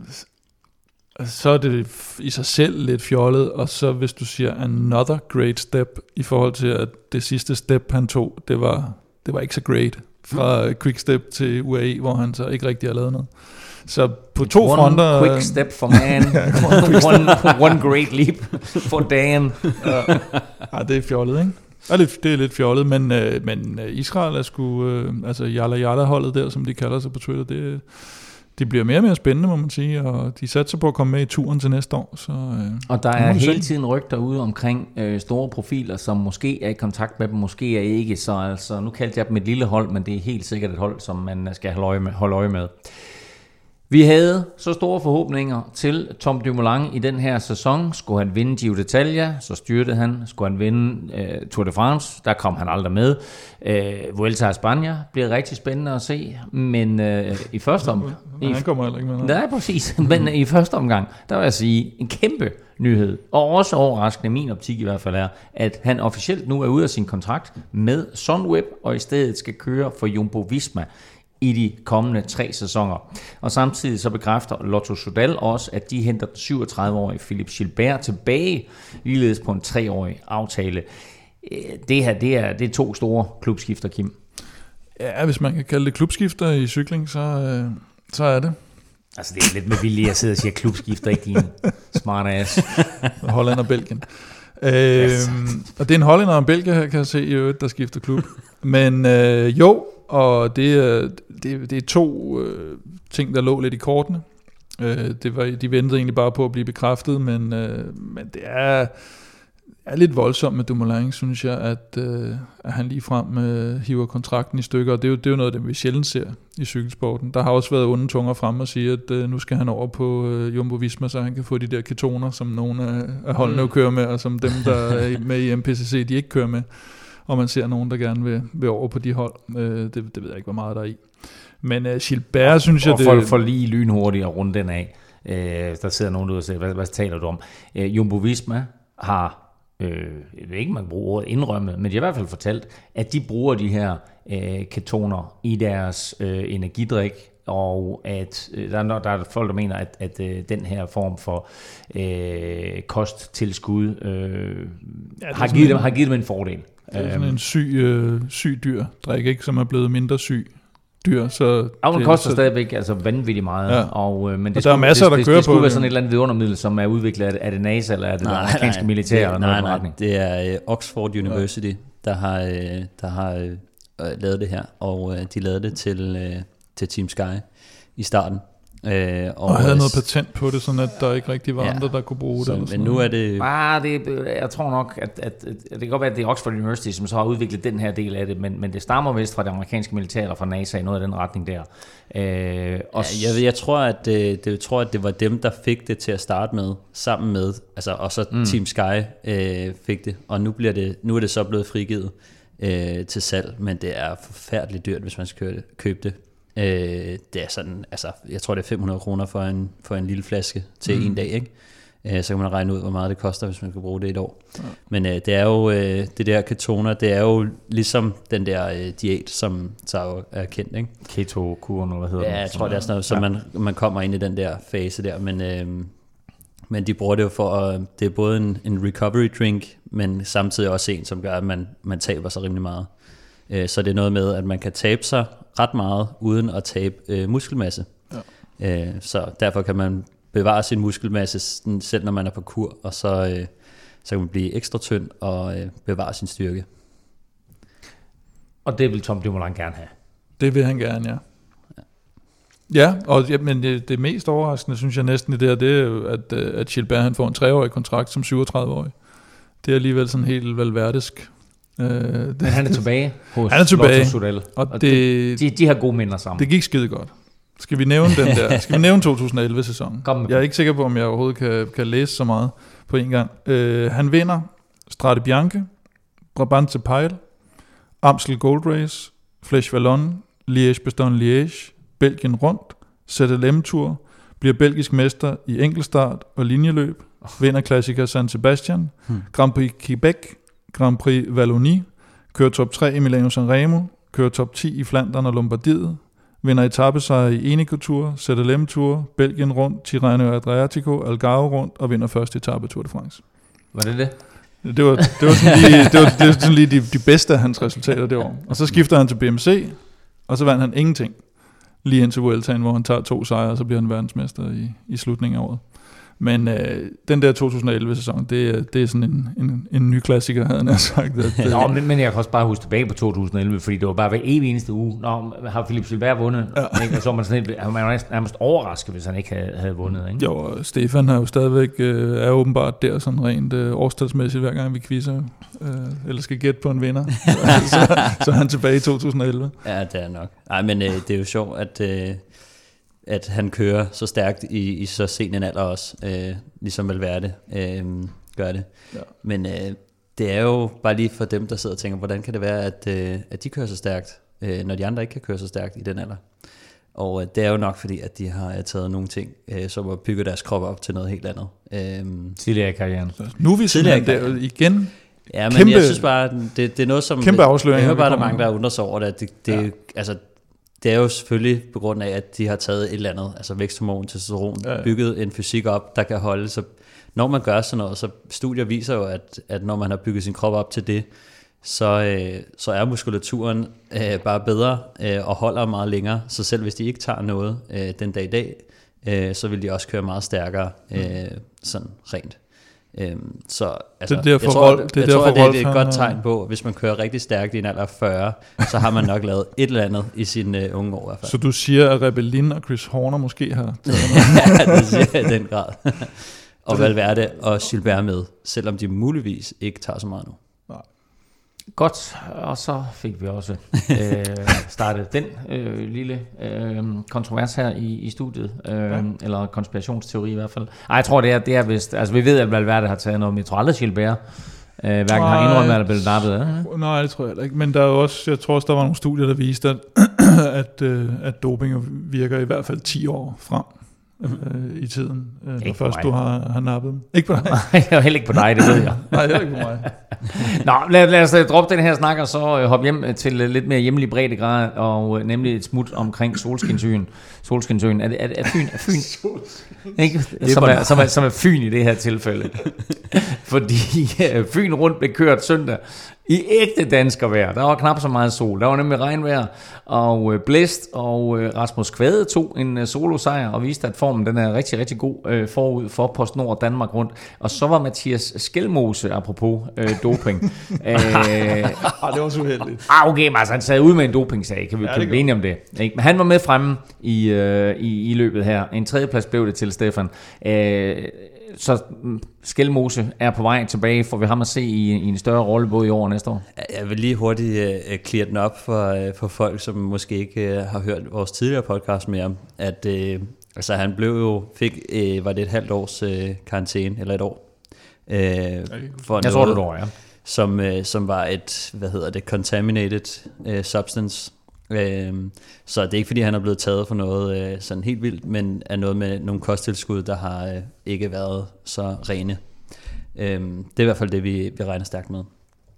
så er det i sig selv lidt fjollet, og så hvis du siger another great step, i forhold til at det sidste step han tog, det var, det var ikke så great, fra Quick Step til U A E, hvor han så ikke rigtig har lavet noget. Så på to one fronter... Quick step for man, one, one great leap for Dan. Ja, ja, det er fjollet, ikke? Ja, det, det er lidt fjollet, men, øh, men Israel er sgu... Øh, altså Yalla Yalla-holdet der, som de kalder sig på Twitter, det, det bliver mere og mere spændende, må man sige, og de satser på at komme med i turen til næste år. Så, øh, og der er hele tiden rygter ude omkring øh, store profiler, som måske er i kontakt med dem, måske er ikke. Så altså, nu kaldte jeg dem et lille hold, men det er helt sikkert et hold, som man skal holde øje med. Holde øje med. Vi havde så store forhåbninger til Tom Dumoulin i den her sæson. Skulle han vinde Giro d'Italia, så styrtede han. Skulle han vinde øh, Tour de France, der kom han aldrig med. Øh, Vuelta a España bliver rigtig spændende at se, men øh, i første omgang... Nej, han kommer heller ikke med. Nej, præcis. Men i første omgang, der vil jeg sige, en kæmpe nyhed, og også overraskende i min optik i hvert fald er, at han officielt nu er ude af sin kontrakt med Sunweb, og i stedet skal køre for Jumbo Visma i de kommende tre sæsoner. Og samtidig så bekræfter Lotto Soudal også, at de henter den syvogtredive-årige Philippe Gilbert tilbage, ligeledes på en treårig aftale. Det her, det er, det er to store klubskifter, Kim. Ja, hvis man kan kalde det klubskifter i cykling, så, øh, så er det. Altså det er lidt med vilje, jeg sidder og siger klubskifter, ikke din smart ass. Holland og Belgien. Øh, og det er en hollænder og en belgier her, kan jeg se i øvrigt, der skifter klub. Men øh, jo, og det, det, det er to øh, ting, der lå lidt i kortene. Øh, det var, de ventede egentlig bare på at blive bekræftet, men, øh, men det er, er lidt voldsomt med Dumoulin, synes jeg, at, øh, at han ligefrem øh, hiver kontrakten i stykker. Og det er jo, det er jo noget, det vi sjældent ser i cykelsporten. Der har også været onde tunger frem og sige, at øh, nu skal han over på øh, Jumbo Visma, så han kan få de der ketoner, som nogle af, af holdene mm. kører med, og som dem, der er med i M P C C, de ikke kører med. Og man ser nogen, der gerne vil, vil over på de hold. Øh, det, det ved jeg ikke, hvor meget der er i. Men uh, Gilbert, og, synes jeg... Og for, for lige lynhurtigt at runde den af. Øh, der sidder nogen ude og siger, hvad, hvad taler du om? Øh, Jumbo Visma har, øh, jeg ved ikke, man bruger ordet indrømmet, men de har i hvert fald fortalt, at de bruger de her øh, ketoner i deres øh, energidrik, og at øh, der, er, der er folk, der mener, at, at øh, den her form for øh, kosttilskud øh, ja, har, givet dem, har givet dem en fordel. Det er sådan en syg, øh, syg dyr drik, ikke, som er blevet mindre syg dyr. Så ja, det koster så stadigvæk altså vanvittigt meget. Ja. Og, øh, men det og skulle, der er masser, det, der det, kører det, det på skulle være sådan et eller andet vidundermiddel, som er udviklet af, af det NASA, eller af det nej, amerikanske nej, militær, eller noget nej, nej, det er uh, Oxford University, ja. der har, uh, der har uh, lavet det her, og uh, de lavede det til, uh, til Team Sky i starten. Øh, og, og havde noget patent på det, sådan at der ikke rigtig var ja, andre, der kunne bruge så, det. Eller men nu er det... Ah, det... Jeg tror nok, at, at, at det kan godt være, at det er Oxford University, som så har udviklet den her del af det, men, men det stammer vist fra det amerikanske militær, eller fra NASA, i noget af den retning der. Øh, og ja, jeg, jeg, tror, at det, det, jeg tror, at det var dem, der fik det til at starte med, sammen med, altså, og så mm. Team Sky øh, fik det, og nu, bliver det, nu er det så blevet frigivet øh, til salg, men det er forfærdeligt dyrt, hvis man skal købe det. Købe det. Øh, det er sådan, altså, jeg tror det er fem hundrede kroner for en, for en lille flaske til mm. en dag, ikke? Øh, så kan man regne ud, hvor meget det koster, hvis man kan bruge det et år. Ja. Men øh, det er jo, øh, det der ketoner, det er jo ligesom den der øh, diæt, som så jo er kendt, ikke? Keto-kuren, eller hvad hedder det? Ja, jeg tror det er sådan noget, så ja. man, man kommer ind i den der fase der, men, øh, men de bruger det jo for, at det er både en, en recovery drink, men samtidig også en, som gør, at man, man taber sig rimelig meget. Øh, så det er noget med, at man kan tabe sig ret meget, uden at tabe øh, muskelmasse. Ja. Øh, så derfor kan man bevare sin muskelmasse, selv når man er på kur, og så, øh, så kan man blive ekstra tynd og øh, bevare sin styrke. Og det vil Tom Dumoulin gerne have. Det vil han gerne, ja. Ja, ja og, ja, men det, det mest overraskende, synes jeg næsten i det her, det er jo, at, at Gilbert han får en treårig kontrakt som syvogtredive-årig. Det er alligevel sådan helt valverdisk. Øh, det, Men han er tilbage hos han er tilbage, Lotto Soudal, og, og det, de, de har gode minder sammen. Det gik skide godt. Skal vi nævne den der? Skal vi nævne to tusind og elleve-sæsonen? Jeg er ikke sikker på, om jeg overhovedet kan, kan læse så meget på en gang. Øh, han vinder Strade Bianche, Brabantse Pijl, Amstel Gold Race, Flèche Wallonne, Liège-Bastogne-Liège, Belgien rundt, Z L M Tour, bliver belgisk mester i enkeltstart og linjeløb, vinder klassiker San Sebastian, hmm. Grand Prix Quebec, Grand Prix Wallonie, kører top tre i Milano Sanremo, kører top ti i Flandern og Lombardiet, vinder etapesejr i Eneco Tour, Z L M Tour, Belgien rundt, Tirreno Adriatico, Algarve rundt og vinder første etape Tour de France. Var det det? Det var, det var sådan lige, det var, det var sådan lige de, de bedste af hans resultater det år. Og så skifter han til B M C, og så vandt han ingenting. Lige indtil Vueltaen, hvor han tager to sejre, og så bliver han verdensmester i, i slutningen af året. Men øh, den der to tusind og elleve-sæson, det, det er sådan en, en, en ny klassiker, havde han sagt. At, Nå, men, men jeg kan også bare huske tilbage på to tusind og elleve, fordi det var bare hver evig eneste uge. Nå, har Philip Gilbert vundet? Ja. Ikke? Og så var man sådan lidt, man var nærmest overrasket, hvis han ikke havde, havde vundet. Ikke? Jo, og Stefan har jo stadigvæk, øh, er åbenbart der sådan rent øh, årstalsmæssigt, hver gang vi quizzer, øh, eller skal gætte på en vinder. så, så, så er han tilbage i to tusind og elleve. Ja, det er nok. Nej, men øh, det er jo sjovt, at... Øh at han kører så stærkt i, i så sen en alder også, øh, ligesom Valverde øh, gør det. Ja. Men øh, det er jo bare lige for dem, der sidder og tænker, hvordan kan det være, at, øh, at de kører så stærkt, øh, når de andre ikke kan køre så stærkt i den alder. Og øh, det er jo nok fordi, at de har taget nogle ting, øh, som at bygge deres krop op til noget helt andet. Øh, tidligere i karrieren. Nu er vi simpelthen der igen. Ja, men kæmpe, jeg synes bare, det, det er noget, som... Kæmpe afsløring. Jeg hører bare, der er mange, der undrer sig over det. At det, det ja. altså, det er jo selvfølgelig på grund af, at de har taget et eller andet, altså væksthormon, testosteron, ja, ja. bygget en fysik op, der kan holde. Så når man gør sådan noget, så studier viser jo, at, at når man har bygget sin krop op til det, så, øh, så er muskulaturen øh, bare bedre øh, og holder meget længere. Så selv hvis de ikke tager noget øh, den dag i dag, øh, så vil de også køre meget stærkere, øh, sådan rent. Øhm, så altså, det er derfor jeg tror, Rolf, det, jeg er tror, derfor, det er et godt tegn på, hvis man kører rigtig stærkt i en alder af fyrre, så har man nok lavet et eller andet i sine uh, unge år i hvert fald. Så du siger, at Rebellin og Chris Horner måske har taget ja, det siger jeg i den grad. Og Valverde og Gilbert med, selvom de muligvis ikke tager så meget nu. Nej. Godt, og så fik vi også øh, startet den øh, lille øh, kontrovers her i, i studiet, øh, ja. eller konspirationsteori i hvert fald. Ej, jeg tror det er, det er vist, altså vi ved, at Valverde har taget noget, men jeg tror aldrig Gilbert øh, hverken nej, har indrømmet eller blevet nappet. Øh. Nej, det tror jeg ikke, men der er også, jeg tror også, der var nogle studier, der viste, at, at, at doping virker i hvert fald ti år frem. Øh, i tiden, øh, når først du har, har nappet dem. Ikke på dig? Nej, heller ikke på dig, det ved jeg. Nej, heller ikke på mig. Nå, lad, lad os droppe den her snak, og så hoppe hjem til lidt mere hjemlig breddegrad, og nemlig et smut omkring Solskinsøen. Solskinsøen, er, det, er, er Fyn? Er Fyn ikke? Som, er, som, er, som er Fyn i det her tilfælde. Fordi ja, Fyn rundt blev kørt søndag i ægte danskervejr. Der var knap så meget sol. Der var nemlig regnvejr og øh, blæst, og øh, Rasmus Kvade tog en øh, solosejr og viste, at formen den er rigtig, rigtig god øh, forud for PostNord Danmark rundt. Og så var Mathias Skelmose, apropos øh, doping. Æh, ah, det var så uheldigt. Ah, okay, men altså, han sad ude med en dopingsag, kan vi ja, blive enige om det. Ikke? Men han var med fremme i, øh, i, i løbet her. En tredjeplads blev det til Stefan. Æh, Så Skelmose er på vej tilbage, får vi ham at se i, i en større rolle både i år og næste år? Jeg vil lige hurtigt uh, clear den op for, uh, for folk, som måske ikke uh, har hørt vores tidligere podcast med ham, at uh, altså, han blev jo, fik, uh, var det et halvt års uh, karantæne, eller et år? Uh, for jeg noget, tror det et år, ja. Som, uh, som var et, hvad hedder det, contaminated uh, substance. Øhm, så det er ikke fordi han er blevet taget for noget øh, sådan helt vildt, men er noget med nogle kosttilskud, der har øh, ikke været så rene. øhm, Det er i hvert fald det vi, vi regner stærkt med.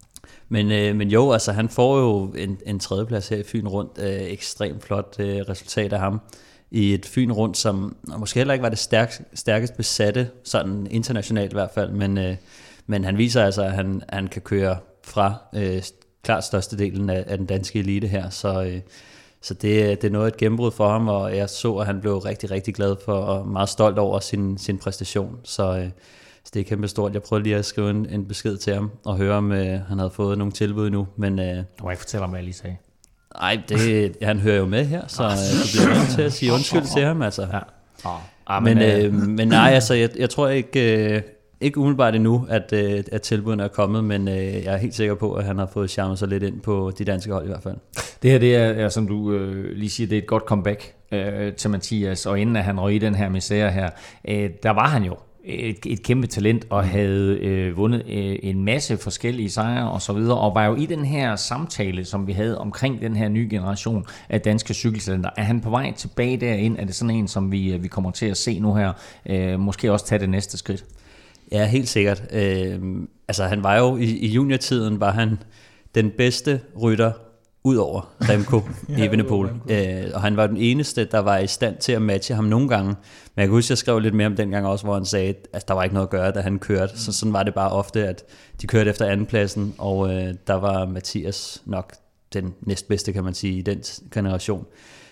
Men, øh, men jo, altså han får jo en, en tredjeplads her i Fyn rundt. øh, Ekstremt flot øh, resultat af ham i et Fyn rundt, som måske heller ikke var det stærk, stærkest besatte, sådan internationalt i hvert fald, men, øh, men han viser altså, at han, han kan køre fra øh, klart størstedelen af, af den danske elite her, så, øh, så det, det er noget et gennembrud for ham, og jeg så, at han blev rigtig, rigtig glad for, og meget stolt over sin, sin præstation, så, øh, så det er kæmpe stort. Jeg prøvede lige at skrive en, en besked til ham, og høre, om øh, han havde fået nogle tilbud nu, men... Øh, du må ikke fortælle om, hvad jeg lige sagde. Nej, det, han hører jo med her, så øh, du bliver nødt til at sige undskyld til ham, altså. Ja. Ah, men, øh, men nej, altså, jeg, jeg tror ikke... Øh, ikke umiddelbart endnu, at, øh, at tilbudene er kommet, men øh, jeg er helt sikker på, at han har fået charmet sig lidt ind på de danske hold i hvert fald. Det her, det er, er som du øh, lige siger, det er et godt comeback øh, til Mathias, og inden at han røg i den her misære her, øh, der var han jo et, et kæmpe talent, og havde øh, vundet øh, en masse forskellige sejre og så videre, og var jo i den her samtale, som vi havde omkring den her nye generation af danske cykeltalenter. Er han på vej tilbage derind? Er det sådan en, som vi, vi kommer til at se nu her? Øh, måske også tage det næste skridt? Ja, helt sikkert. Øh, altså han var jo i, i juniortiden, var han den bedste rytter ud over Remco Evenepoel. Øh, og han var den eneste, der var i stand til at matche ham nogle gange. Men jeg kan huske, at jeg skrev lidt mere om den gang også, hvor han sagde, at der var ikke noget at gøre, da han kørte. Så sådan var det bare ofte, at de kørte efter andenpladsen, og øh, der var Mathias nok den næstbedste, kan man sige, i den generation.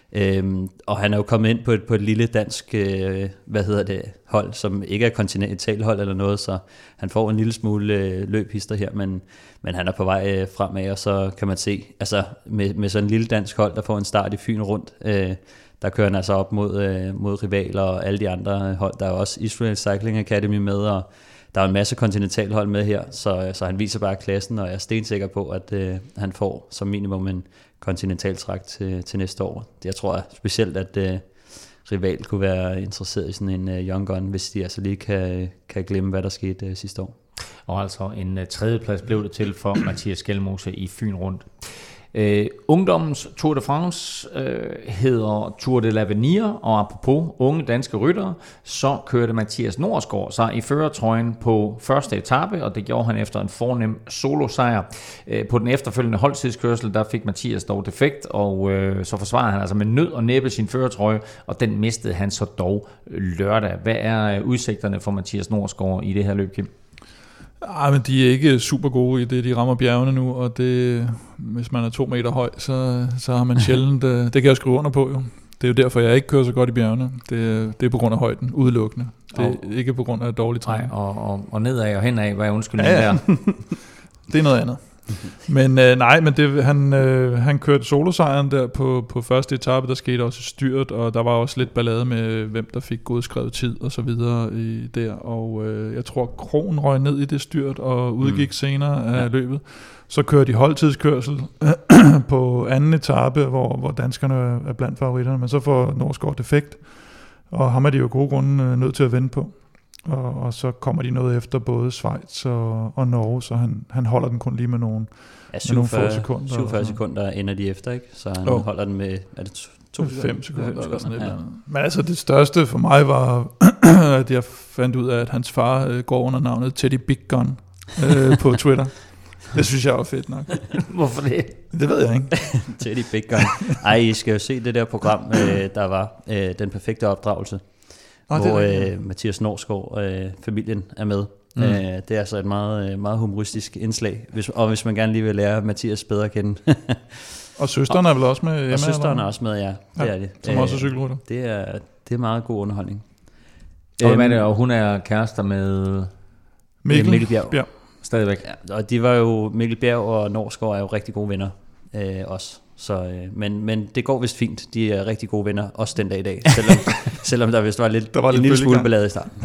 Øhm, og han er jo kommet ind på et, på et lille dansk øh, hvad hedder det, hold, som ikke er kontinentalhold eller noget, så han får en lille smule øh, løbhister her, men, men han er på vej øh, fremad, og så kan man se, altså med, med sådan en lille dansk hold, der får en start i Fyn rundt, øh, der kører han altså op mod, øh, mod rivaler og alle de andre hold. Der er også Israel Cycling Academy med, og der er en masse kontinentalhold med her, så, så han viser bare klassen, og jeg er stensikker på, at øh, han får som minimum en kontinentaltræk til, til næste år. Jeg tror specielt, at øh, Rival kunne være interesseret i sådan en øh, young gun, hvis de altså lige kan, kan glemme, hvad der skete øh, sidste år. Og altså en uh, tredjeplads blev det til for Mathias Skjelmose i Fyn rundt. Uh, ungdommens Tour de France uh, hedder Tour de l'Avenir, og apropos unge danske ryttere, så kørte Mathias Norsgaard sig i førertrøjen på første etape, og det gjorde han efter en fornem solosejr. Uh, på den efterfølgende holdtidskørsel, der fik Mathias dog defekt, og uh, så forsvarede han altså med nød og næppe sin førertrøje, og den mistede han så dog lørdag. Hvad er udsigterne for Mathias Norsgaard i det her løb, Kim? Ej, men de er ikke super gode i det, de rammer bjergene nu, og det, hvis man er to meter høj, så, så har man sjældent, det kan jeg skrive under på jo. Det er jo derfor, jeg ikke kører så godt i bjergene. Det, det er på grund af højden, udelukkende. Det er og, ikke på grund af dårlig træning. Nej, og, og, og nedad og henad, hvad er undskyldningen ja, ja. der? Det er noget andet. Men øh, nej, men det, han, øh, han kørte solosejren der på, på første etape, der skete også styrt, og der var også lidt ballade med, hvem der fik godskrevet tid og så videre i der, og øh, jeg tror, Krohn røg ned i det styrt og udgik mm. senere af ja. løbet. Så kørte de holdtidskørsel på anden etape, hvor, hvor danskerne er blandt favoritterne, men så får Norsgaard defekt, og ham er de jo gode grunde nødt til at vente på. Og, og så kommer de noget efter både Schweiz og, og Norge, så han, han holder den kun lige med nogle, ja, syvogfyrre, med nogle få sekunder. syvogfyrre sekunder ender de efter, ikke? Så han oh. holder den med, er det to, fem sekunder, sekunder eller sådan et ja. eller andet. Men altså det største for mig var, at jeg fandt ud af, at hans far øh, går under navnet Teddy Big Gun øh, på Twitter. Det synes jeg var fedt nok. Hvorfor det? Det ved jeg ikke. Teddy Big Gun. Ej, I skal jo se det der program, øh, der var øh, Den Perfekte Opdragelse. Oh, hvor øh, Mathias Norsgaard, øh, familien er med. Mm. Øh, det er altså et meget, meget humoristisk indslag, hvis, og hvis man gerne lige vil lære Mathias bedre at kende. Og søsteren er vel også med hjemme? Og søsteren er også med, ja. Det ja, er det. Som også er cykelrytter. Det er, det er meget god underholdning. Og, øhm, det, og hun er kærester med Mikkel, Mikkel Bjerg. Bjerg. Stadigvæk. Ja, og de var jo, Mikkel Bjerg og Norsgaard er jo rigtig gode venner øh, også. Så, øh, men, men det går vist fint. De er rigtig gode venner, også den dag i dag. Selvom, selvom der vist var lidt, der var en lidt lille smule ballade i starten.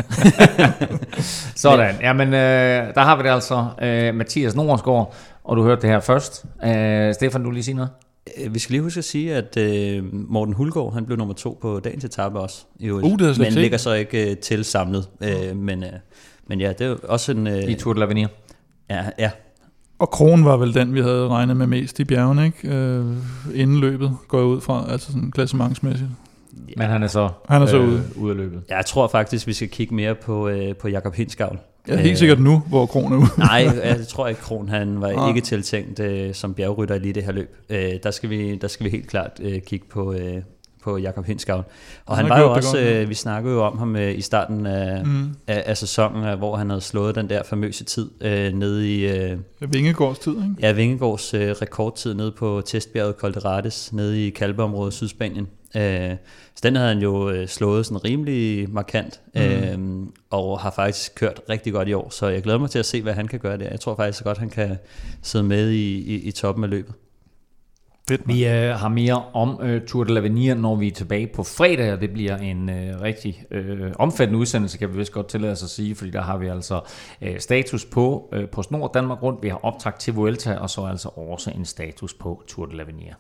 Sådan. Jamen, øh, der har vi det altså. Øh, Mathias Norsgaard, og du hørte det her først. Øh, Stefan, du lige sige noget? Vi skal lige huske at sige, at øh, Morten Hulgaard, han blev nummer to på dagens etape også. I uh, det men ligger så ikke øh, til samlet. Øh, men, øh, men ja, det er også en... Øh, I Tour de l'Avenir. Ja, ja. Og Krohn var vel den, vi havde regnet med mest i bjergene, ikke? Øh, inden løbet går jeg ud fra, altså sådan klassementsmæssigt. Ja. Men han er så, han er så øh, ude. ude af løbet. Ja, jeg tror faktisk, vi skal kigge mere på, øh, på Jakob Hindsgavl. Ja, helt sikkert nu, hvor Krohn er ude. Nej, jeg tror ikke, Krohn han var ah. ikke tiltænkt øh, som bjergrytter i det her løb. Øh, der, skal vi, der skal vi helt klart øh, kigge på... Øh, på Jakob Hindsgavl. Og han, han var jo også, godt, øh, vi snakkede jo om ham øh, i starten af, mm. af, af sæsonen, øh, hvor han havde slået den der famøse tid øh, nede i... Øh, Vingegårds tid, ikke? Ja, Vingegårds øh, rekordtid nede på testbjerget Col de Rades, nede i Kalpeområdet, Sydspanien. Øh, så den havde han jo øh, slået sådan rimelig markant, mm. øh, og har faktisk kørt rigtig godt i år, så jeg glæder mig til at se, hvad han kan gøre der. Jeg tror faktisk godt, han kan sidde med i, i, i toppen af løbet. Fedt, vi øh, har mere om øh, Tour de l'Avenir, når vi er tilbage på fredag, og det bliver en øh, rigtig øh, omfattende udsendelse, kan vi vist godt tillade os at sige, fordi der har vi altså øh, status på øh, på Snor Danmark Rundt, vi har optakt til Vuelta, og så altså også en status på Tour de l'Avenir.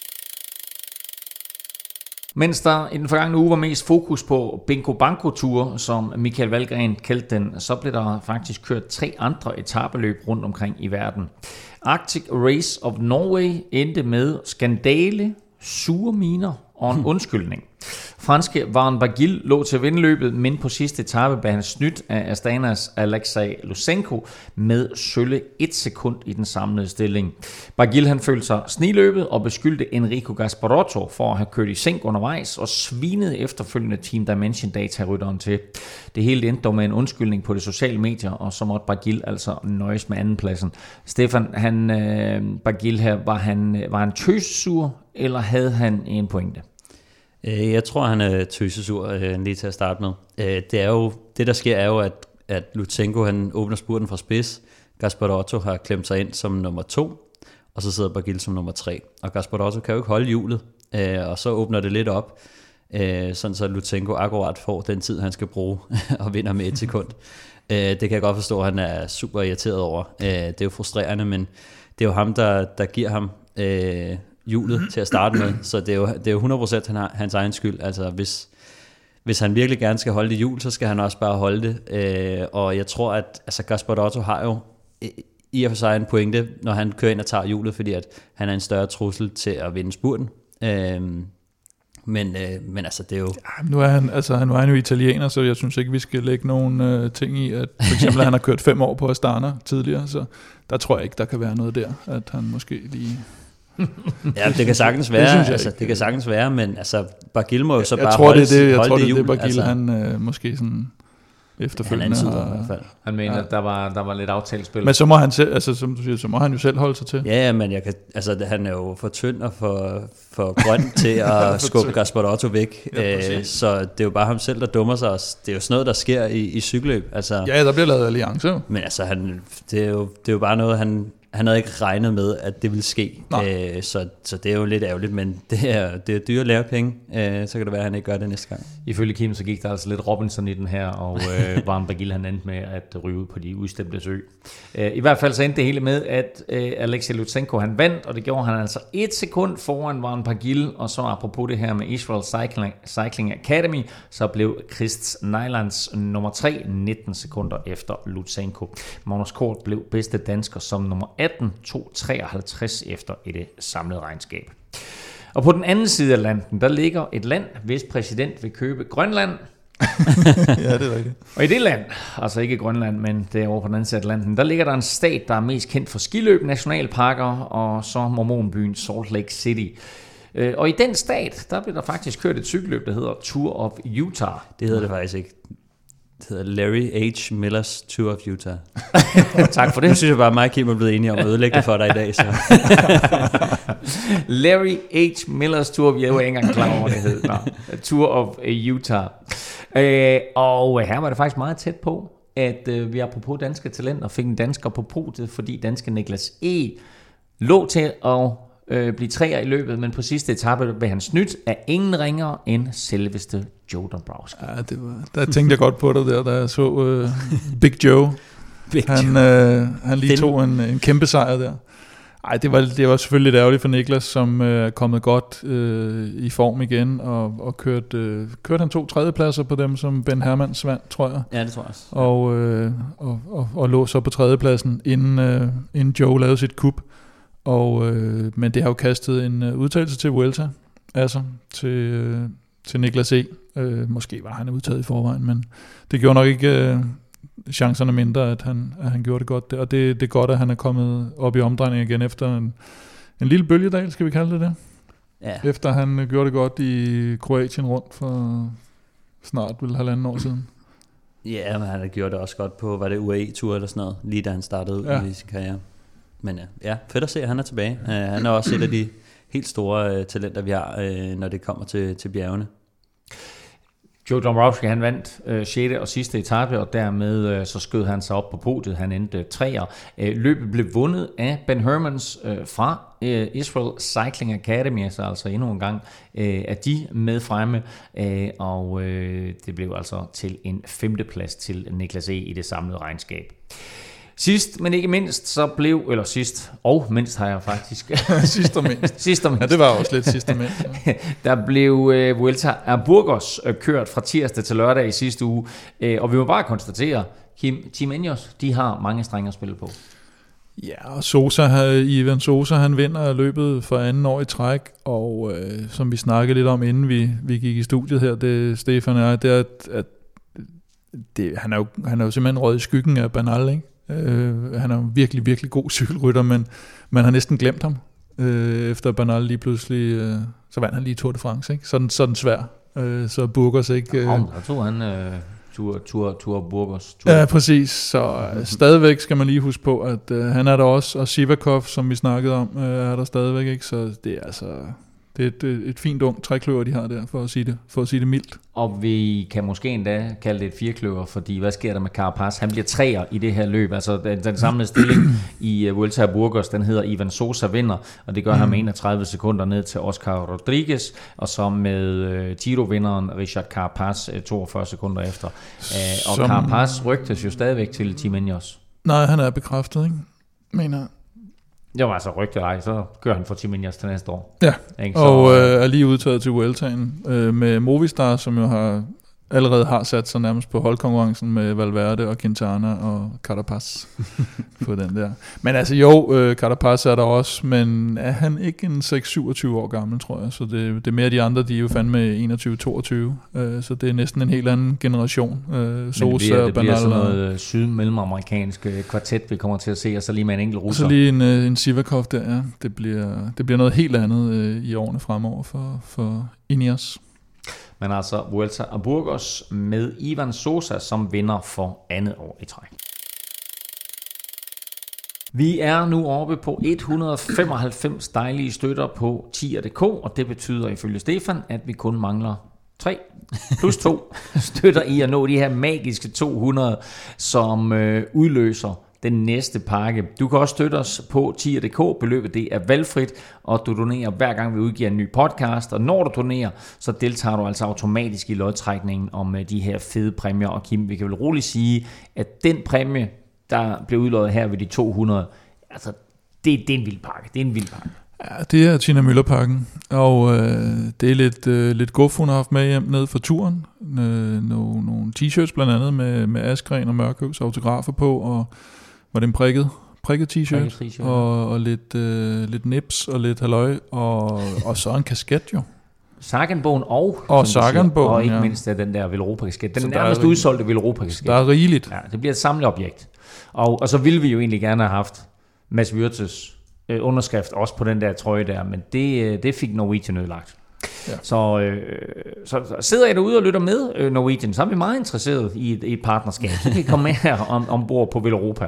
Mens der i den forgangne uge var mest fokus på Bingo Banco Tour, som Michael Valgren kaldte den, så blev der faktisk kørt tre andre etapeløb rundt omkring i verden. Arctic Race of Norway endte med skandale, sure miner og en undskyldning. Franske Warren Barguil lå til at vinde løbet, men på sidste etape blev han snydt af Astanas Alexei Lutsenko med sølle et sekund i den samlede stilling. Barguil han følte sig sniløbet og beskyldte Enrico Gasparotto for at have kørt i sænk undervejs og svinede efterfølgende Team Dimension Data-rytteren til. Det hele endte dog med en undskyldning på de sociale medier, og så måtte Barguil altså nøjes med andenpladsen. Stefan, han, øh, Barguil her, var han, var han tøsesur, eller havde han en pointe? Jeg tror, han er tøsesur lige til at starte med. Det, er jo, det der sker er jo, at, at Lutsenko han åbner spurten fra spids. Gasparotto har klemt sig ind som nummer to, og så sidder Barguil som nummer tre. Og Gasparotto kan jo ikke holde hjulet, og så åbner det lidt op, sådan så Lutsenko akkurat får den tid, han skal bruge, og vinder med et sekund. Det kan jeg godt forstå, at han er super irriteret over. Det er jo frustrerende, men det er jo ham, der, der giver ham hjulet til at starte med, så det er jo, det er jo hundrede procent han har, hans egen skyld. Altså hvis, hvis han virkelig gerne skal holde det hjul, så skal han også bare holde det, øh, og jeg tror, at altså Gasparotto har jo i og for sig en pointe, når han kører ind og tager hjulet, fordi at han er en større trussel til at vinde spurten. Øh, men, øh, men altså det er jo... Ja, nu er han, altså, nu er han jo italiener, så jeg synes ikke, vi skal lægge nogen øh, ting i, at for eksempel at han har kørt fem år på Astana tidligere, så der tror jeg ikke, der kan være noget der, at han måske lige... Ja, det kan sagtens være, det, altså, det kan sagens være, men altså Barguil må jo så jeg bare tror, holde, det er det, jeg holde tror, det det, hjul. det Barguil, altså, han øh, måske sådan efterfølgende han, har, i hvert fald. Han mener, ja. at der var, der var lidt aftalespil. Men så må han selv, altså som du siger, så må han jo selv holde sig til. Ja, men jeg kan, altså han er jo for tynd og for, for grøn til at skubbe Gasparotto væk, ja, øh, så det er jo bare ham selv, der dummer sig. Det er jo sådan noget, der sker i, i cykelløb. Altså, ja, der bliver lavet alliance. Men altså, han, det, er jo, det er jo bare noget, han... Han havde ikke regnet med, at det ville ske, øh, så, så det er jo lidt ærgerligt, men det er, det er dyre lærepenge, øh, så kan det være, at han ikke gør det næste gang. Ifølge Kim, så gik der altså lidt Robinson i den her, og øh, Warren Barguil han endte med at ryge ud på de udstemte sø. Øh, I hvert fald så endte det hele med, at øh, Alexei Lutsenko han vandt, og det gjorde han altså et sekund foran Warren Barguil, og så apropos det her med Israel Cycling, Cycling Academy, så blev Christ Nylands nummer tre nitten sekunder efter Lutsenko. Magnus Kort blev bedste dansker som nummer atten, to treoghalvtreds efter i det samlede regnskab. Og på den anden side af landen, der ligger et land, hvis præsident vil købe Grønland. Ja, det er rigtigt. Og i det land, altså ikke Grønland, men det er over på den anden side af Atlanten, der ligger der en stat, der er mest kendt for skiløb, nationalparker og så mormonbyen Salt Lake City. Og i den stat, der bliver der faktisk kørt et cykelløb, der hedder Tour of Utah. Det hedder det faktisk ikke. Det hedder Larry H. Millers Tour of Utah. Tak for det. Det synes jeg bare, mig og Kim er blevet enige om at ødelægge det for dig i dag. Så. Larry H. Millers Tour of Utah. Jeg var ikke engang klar over, det hed. Nå. Tour of Utah. Øh, og her var det faktisk meget tæt på, at øh, vi apropos danske talenter fik en dansker på podiet, fordi danske Niklas E. lå til at øh, blive treer i løbet, men på sidste etape blev han snydt af ingen ringere end selveste Joe Dombrowski. Ja, det var, der tænkte jeg godt på det der, da jeg så uh, Big Joe. Big han, uh, han lige tog en, en kæmpe sejr der. Ej, det var, det var selvfølgelig lidt ærgerligt for Niklas, som uh, er kommet godt uh, i form igen, og, og kørt, uh, kørt han to tredjepladser på dem, som Ben Hermans vandt, tror jeg. Ja, det tror jeg også. Og, uh, og, og, og lå så på tredjepladsen, inden, uh, inden Joe lavede sit kup. Og, uh, men det har jo kastet en uh, udtalelse til Vuelta, altså til, uh, til Niklas E. Uh, måske var han udtaget i forvejen, men det gjorde nok ikke... Uh, chancerne mindre, at han, at han gjorde det godt der. Og det, det er godt, at han er kommet op i omdrejning igen efter en, en lille bølgedal, skal vi kalde det det. Ja. Efter han gjorde det godt i Kroatien rundt for snart vel halvanden år siden. Ja, men han har gjort det også godt på, var det U A E-tur eller sådan noget, lige da han startede ud ja. i sin karriere. Men ja, fedt at se, at han er tilbage. Uh, han er også et af de helt store uh, talenter, vi har, uh, når det kommer til, til bjergene. Joe Dombrowski, han vandt øh, sjette og sidste etape, og dermed øh, så skød han sig op på podiet. Han endte øh, treer. Øh, løbet blev vundet af Ben Hermans øh, fra øh, Israel Cycling Academy, så altså endnu en gang øh, er de med fremme, øh, og øh, det blev altså til en femteplads til Niklas E. i det samlede regnskab. Sidst, men ikke mindst, så blev, eller sidst, og mindst har jeg faktisk. sidst og mindst. sidst og mindst. Ja, det var også lidt sidst og mindst. Ja. Der blev uh, Vuelta a Burgos uh, kørt fra tirsdag til lørdag i sidste uge, uh, og vi må bare konstatere, Kim, Team Ineos, de har mange strenge at spille på. Ja, og Sosa, Ivan Sosa, han vinder løbet for anden år i træk, og øh, som vi snakkede lidt om, inden vi, vi gik i studiet her, det Stefan er, det er, at, at det, han, er jo, han er jo simpelthen røget i skyggen af Bernal, ikke? Uh, han er jo virkelig, virkelig god cykelrytter, men man har næsten glemt ham, uh, efter Bernal lige pludselig, uh, så vandt han lige Tour de France, ikke? Sådan, sådan svær, uh, så Burgos ikke... Uh, Om, der tog han uh, Tour, Tour, Tour Burgos. Tour. Ja, præcis, så uh, stadigvæk skal man lige huske på, at uh, han er der også, og Sivakov, som vi snakkede om, uh, er der stadigvæk, ikke? Så det er altså... Det er et, et fint ung trækløver, de har der, for at sige det, for at sige det mildt. Og vi kan måske endda kalde det et firekløver, fordi hvad sker der med Carapaz? Han bliver treer i det her løb. Altså den, den samlede stilling i uh, Vuelta a Burgos, den hedder Ivan Sosa vinder, og det gør mm. ham enogtredive sekunder ned til Oscar Rodriguez, og så med uh, Giro-vinderen Richard Carapaz uh, toogfyrre sekunder efter. Uh, og Som... Carapaz rygtes jo stadigvæk til Team Ineos. Nej, han er bekræftet, ikke? Mener Jo, altså rygte ej, så kører han for Team Ineos til næste år. Ja, ikke? Så, og øh, er lige udtaget til Vueltaen øh, med Movistar, som jo har allerede har sat sig nærmest på holdkonkurrencen med Valverde og Quintana og Carapaz på den der. Men altså jo, øh, Carapaz er der også, men er han ikke en seks syvogtyve år gammel, tror jeg. Så det, det er mere de andre, de er jo fandme enogtyve toogtyve. Øh, så det er næsten en helt anden generation. Øh, Sosa, det bliver, det bliver sådan noget syd-mellemamerikansk kvartet, vi kommer til at se, og så lige med en enkelt russer. Og så lige en, en Sivakov der, ja. Det bliver, det bliver noget helt andet øh, i årene fremover for, for Ineos. Men altså Vuelta a Burgos med Ivan Sosa som vinder for andet år i træk. Vi er nu oppe på et hundrede og femoghalvfems dejlige støtter på tier punktum d k, og det betyder ifølge Stefan, at vi kun mangler tre plus to støtter i at nå de her magiske to hundrede, som øh, udløser den næste pakke. Du kan også støtte os på tier punktum d k. Beløbet det er valgfrit, og du donerer hver gang vi udgiver en ny podcast. Og når du donerer, så deltager du altså automatisk i lodtrækningen om de her fede præmier. Og Kim, vi kan vel roligt sige, at den præmie, der blev udløjet her ved de to hundrede, altså det, det er en vild pakke. Det er en vild pakke. Ja, det er Tina Møller-pakken, og øh, det er lidt, øh, lidt guf, hun har haft med hjem ned for turen. Øh, nogle, nogle t-shirts blandt andet med, med Askren og Mørkøvs autografer på, og var det en prikket, prikket t-shirt, t-shirt. Og, og lidt, øh, lidt nips og lidt halløj, og, og så en kasket jo. Saganbogen og, og, Saganbogen, og ikke ja. mindst den der Velropa-kasket. Den nærmest udsolgte Velropa-kasket. Der er rigeligt. Ja, det bliver et samleobjekt. Og, og så ville vi jo egentlig gerne have haft Mads Wirtzes øh, underskrift også på den der trøje der, men det, det fik Norwegian ødelagt. Ja. Så, øh, så, så sidder jeg derude og lytter med øh, Norwegian, så er vi meget interesseret i et, i et partnerskab. Så kan I komme med her om, ombord på Velropa.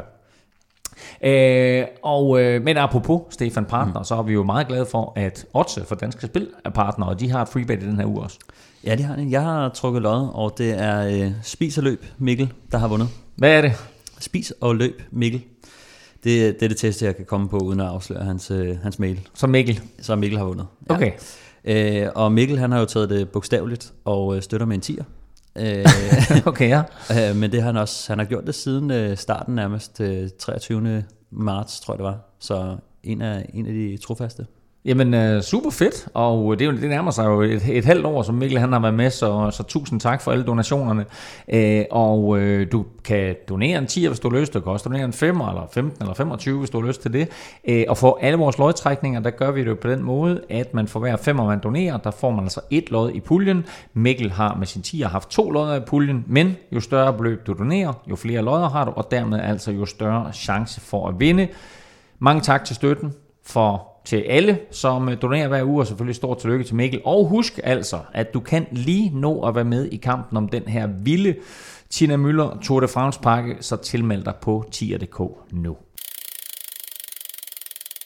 Øh, og, øh, men apropos Stefan Partner, mm. så er vi jo meget glade for, at Odds for Danske Spil er partner, og de har et freebet i den her uge også. Ja, de har det. Jeg har trukket lod, og det er øh, Spis og Løb Mikkel, der har vundet. Hvad er det? Spis og Løb Mikkel. Det, det er det test, jeg kan komme på, uden at afsløre hans, øh, hans mail. Så Mikkel? Så Mikkel har vundet. Ja. Okay. Øh, og Mikkel, han har jo taget det bogstaveligt og øh, støtter med en tier. Øh, okay, ja. øh, men det har han også, han har gjort det siden øh, starten nærmest øh, treogtyvende marts, tror jeg det var. Så en af, en af de trofaste. Jamen uh, super fedt, og det, det nærmer sig jo et, et halvt år, som Mikkel han har været med, så, så tusind tak for alle donationerne. Uh, og uh, du kan donere en tier, hvis du har lyst. Du kan også donere en femmer, eller femten, eller femogtyve, hvis du har lyst til det. Uh, og for alle vores lodtrækninger, der gør vi det jo på den måde, at man for hver femmer, man donerer, der får man altså et lod i puljen. Mikkel har med sin tier haft to lodder i puljen, men jo større beløb du donerer, jo flere lodder har du, og dermed altså jo større chance for at vinde. Mange tak til støtten for til alle, som donerer hver uge, og selvfølgelig stort tillykke til Mikkel. Og husk altså, at du kan lige nå at være med i kampen om den her vilde Tina Müller Tour de France pakke, så tilmeld dig på tier punktum d k nu.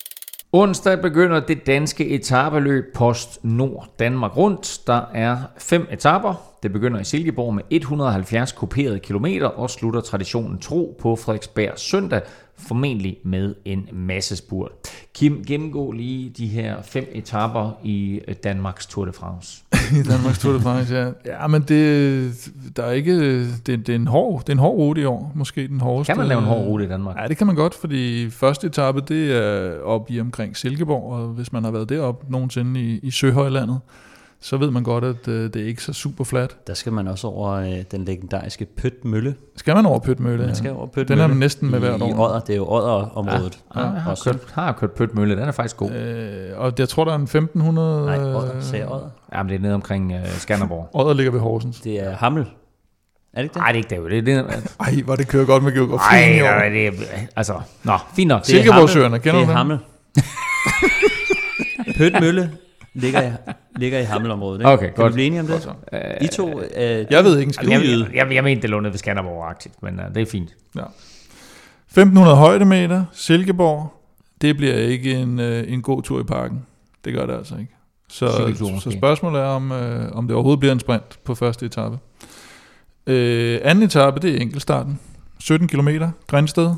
Onsdag begynder det danske etapeløb Post Nord Danmark Rundt. Der er fem etaper. Det begynder i Silkeborg med et hundrede og halvfjerds kuperede kilometer og slutter traditionen tro på Frederiksberg søndag, formentlig med en masse spurt. Kim, gennemgå lige de her fem etaper i Danmarks Tour de France. I Danmarks Tour de France, ja. Ja, men det, der er ikke, det, det, er en hård, det er en hård rute i år. Måske den hårdeste. Kan man lave en hård rute i Danmark? Ja, det kan man godt, fordi første etape, det er op i omkring Silkeborg, og hvis man har været deroppe nogensinde i, i Søhøjlandet, så ved man godt, at øh, det er ikke så super flat. Der skal man også over øh, den legendariske Pøt Mølle. Skal man over Pøt Mølle? Man skal over Pøt Den Mølle. er næsten med hvert år. I Odder, det er jo Odder-området. Ja, ja, jeg har kørt, har kørt Pøt Mølle, den er faktisk god. Øh, og jeg tror, der er en femten hundrede... Nej, Odder, sagde Odder. Jamen, det er nede omkring uh, Skanderborg. Odder ligger ved Horsens. Det er Hammel. Er det ikke det? Nej, det er ikke derude. Det, det, Ej, hvor det kører godt med geografien i år. nej, det er, altså, nå, fint nok. Silkeborgsøerne, kender det du er det? Hammel. Pøt Mølle ligger i, ligger i Hammelområdet. Ikke? Okay, kan godt. vi blive enige om det? I to... Øh, Jeg ved ikke en skid. Jeg, jeg, jeg, jeg mente, det lå nede ved Skanderborg-agtigt, men uh, det er fint. Ja. femten hundrede højdemeter, Silkeborg. Det bliver ikke en, øh, en god tur i parken. Det gør det altså ikke. Så, så spørgsmålet er, om, øh, om det overhovedet bliver en sprint på første etape. Øh, anden etape, det er enkeltstarten. sytten kilometer, Grænsted.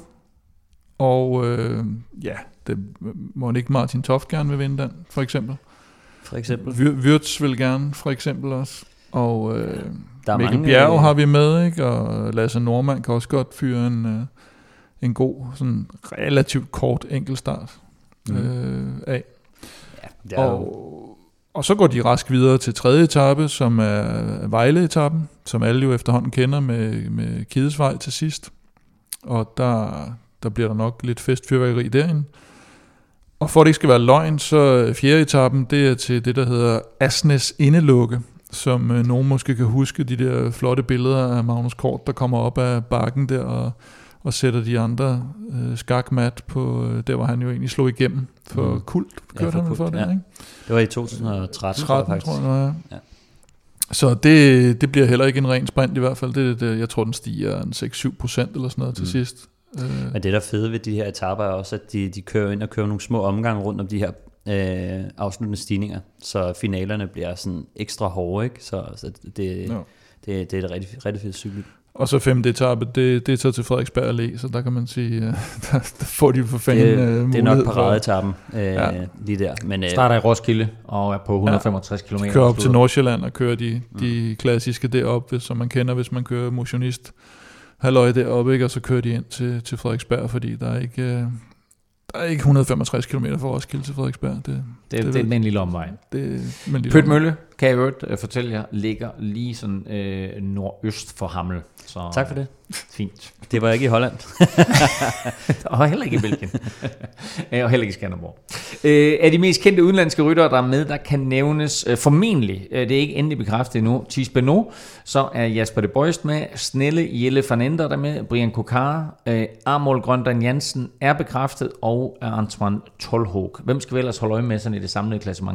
Og øh, ja, det må ikke Martin Toft gerne vil vinde den, for eksempel. For eksempel. Wirtz vil gerne, for eksempel også. Og øh, der er Mikkel mange, Bjerg øh... har vi med, ikke? Og Lasse Norman kan også godt fyre en, øh, en god, sådan relativt kort enkeltstart mm. øh, af. Ja, det er og, jo... og så går de rask videre til tredje etape, som er Vejle-etappen, som alle jo efterhånden kender med, med Kidesvej til sidst. Og der, der bliver der nok lidt festfyrværkeri derinde. Og for at det ikke skal være løgn, så fjerde etappen, det er til det, der hedder Asnes Indelukke, som øh, nogen måske kan huske, de der flotte billeder af Magnus Kort, der kommer op af bakken der og, og sætter de andre øh, skakmat på, øh, der hvor han jo egentlig slog igennem for mm. Kult. Kørte ja, for han kult, for det, ja. Ikke? Det var i to tusind og tretten, tretten, tror jeg faktisk. Tror jeg, ja. Ja. Så det, det bliver heller ikke en ren sprint i hvert fald. Det, det, jeg tror, den stiger en seks til syv procent eller sådan noget mm. til sidst. Men det der fede ved de her etaper er også, at de, de kører ind og kører nogle små omgange rundt om de her øh, afsluttende stigninger, så finalerne bliver sådan ekstra hårde, ikke? Så, så det, ja. det, det er et rigtig, rigtig fedt cykel. Og så femte etape, det, det er så til Frederiksberg Allé, så der kan man sige, der, der får de for fanden det, uh, det er nok paradeetappen øh, ja. lige der. Men, øh, starter i Roskilde og er på et hundrede og femogtres kilometer. Ja, kører op til Nordsjælland og kører de, de mm. klassiske deroppe, som man kender, hvis man kører motionist. Halløj deroppe, ikke? Og så kører de ind til, til Frederiksberg, fordi der er ikke, øh, der er ikke et hundrede og femogtres kilometer fra Roskilde til Frederiksberg. Det, det, det, det er med en lille omvej. Pøt Mølle, kan jeg øvrigt uh, fortælle jer, ligger lige sådan øh, nordøst for Hammel. Så, tak for det. Fint. Det var ikke i Holland. Og heller ikke i Belgien. Og heller ikke i Skanderborg. Øh, af de mest kendte udenlandske ryttere, der er med, der kan nævnes øh, formentlig, øh, det er ikke endelig bekræftet endnu, Thies Benoit, så er Jasper de Boist med, Snelle Jelle van Ender der med, Brian Kokar, øh, Armol Grøndal Jansen er bekræftet, og Antoine Tolhoek. Hvem skal vi ellers holde øje med sådan i det samlede klassement?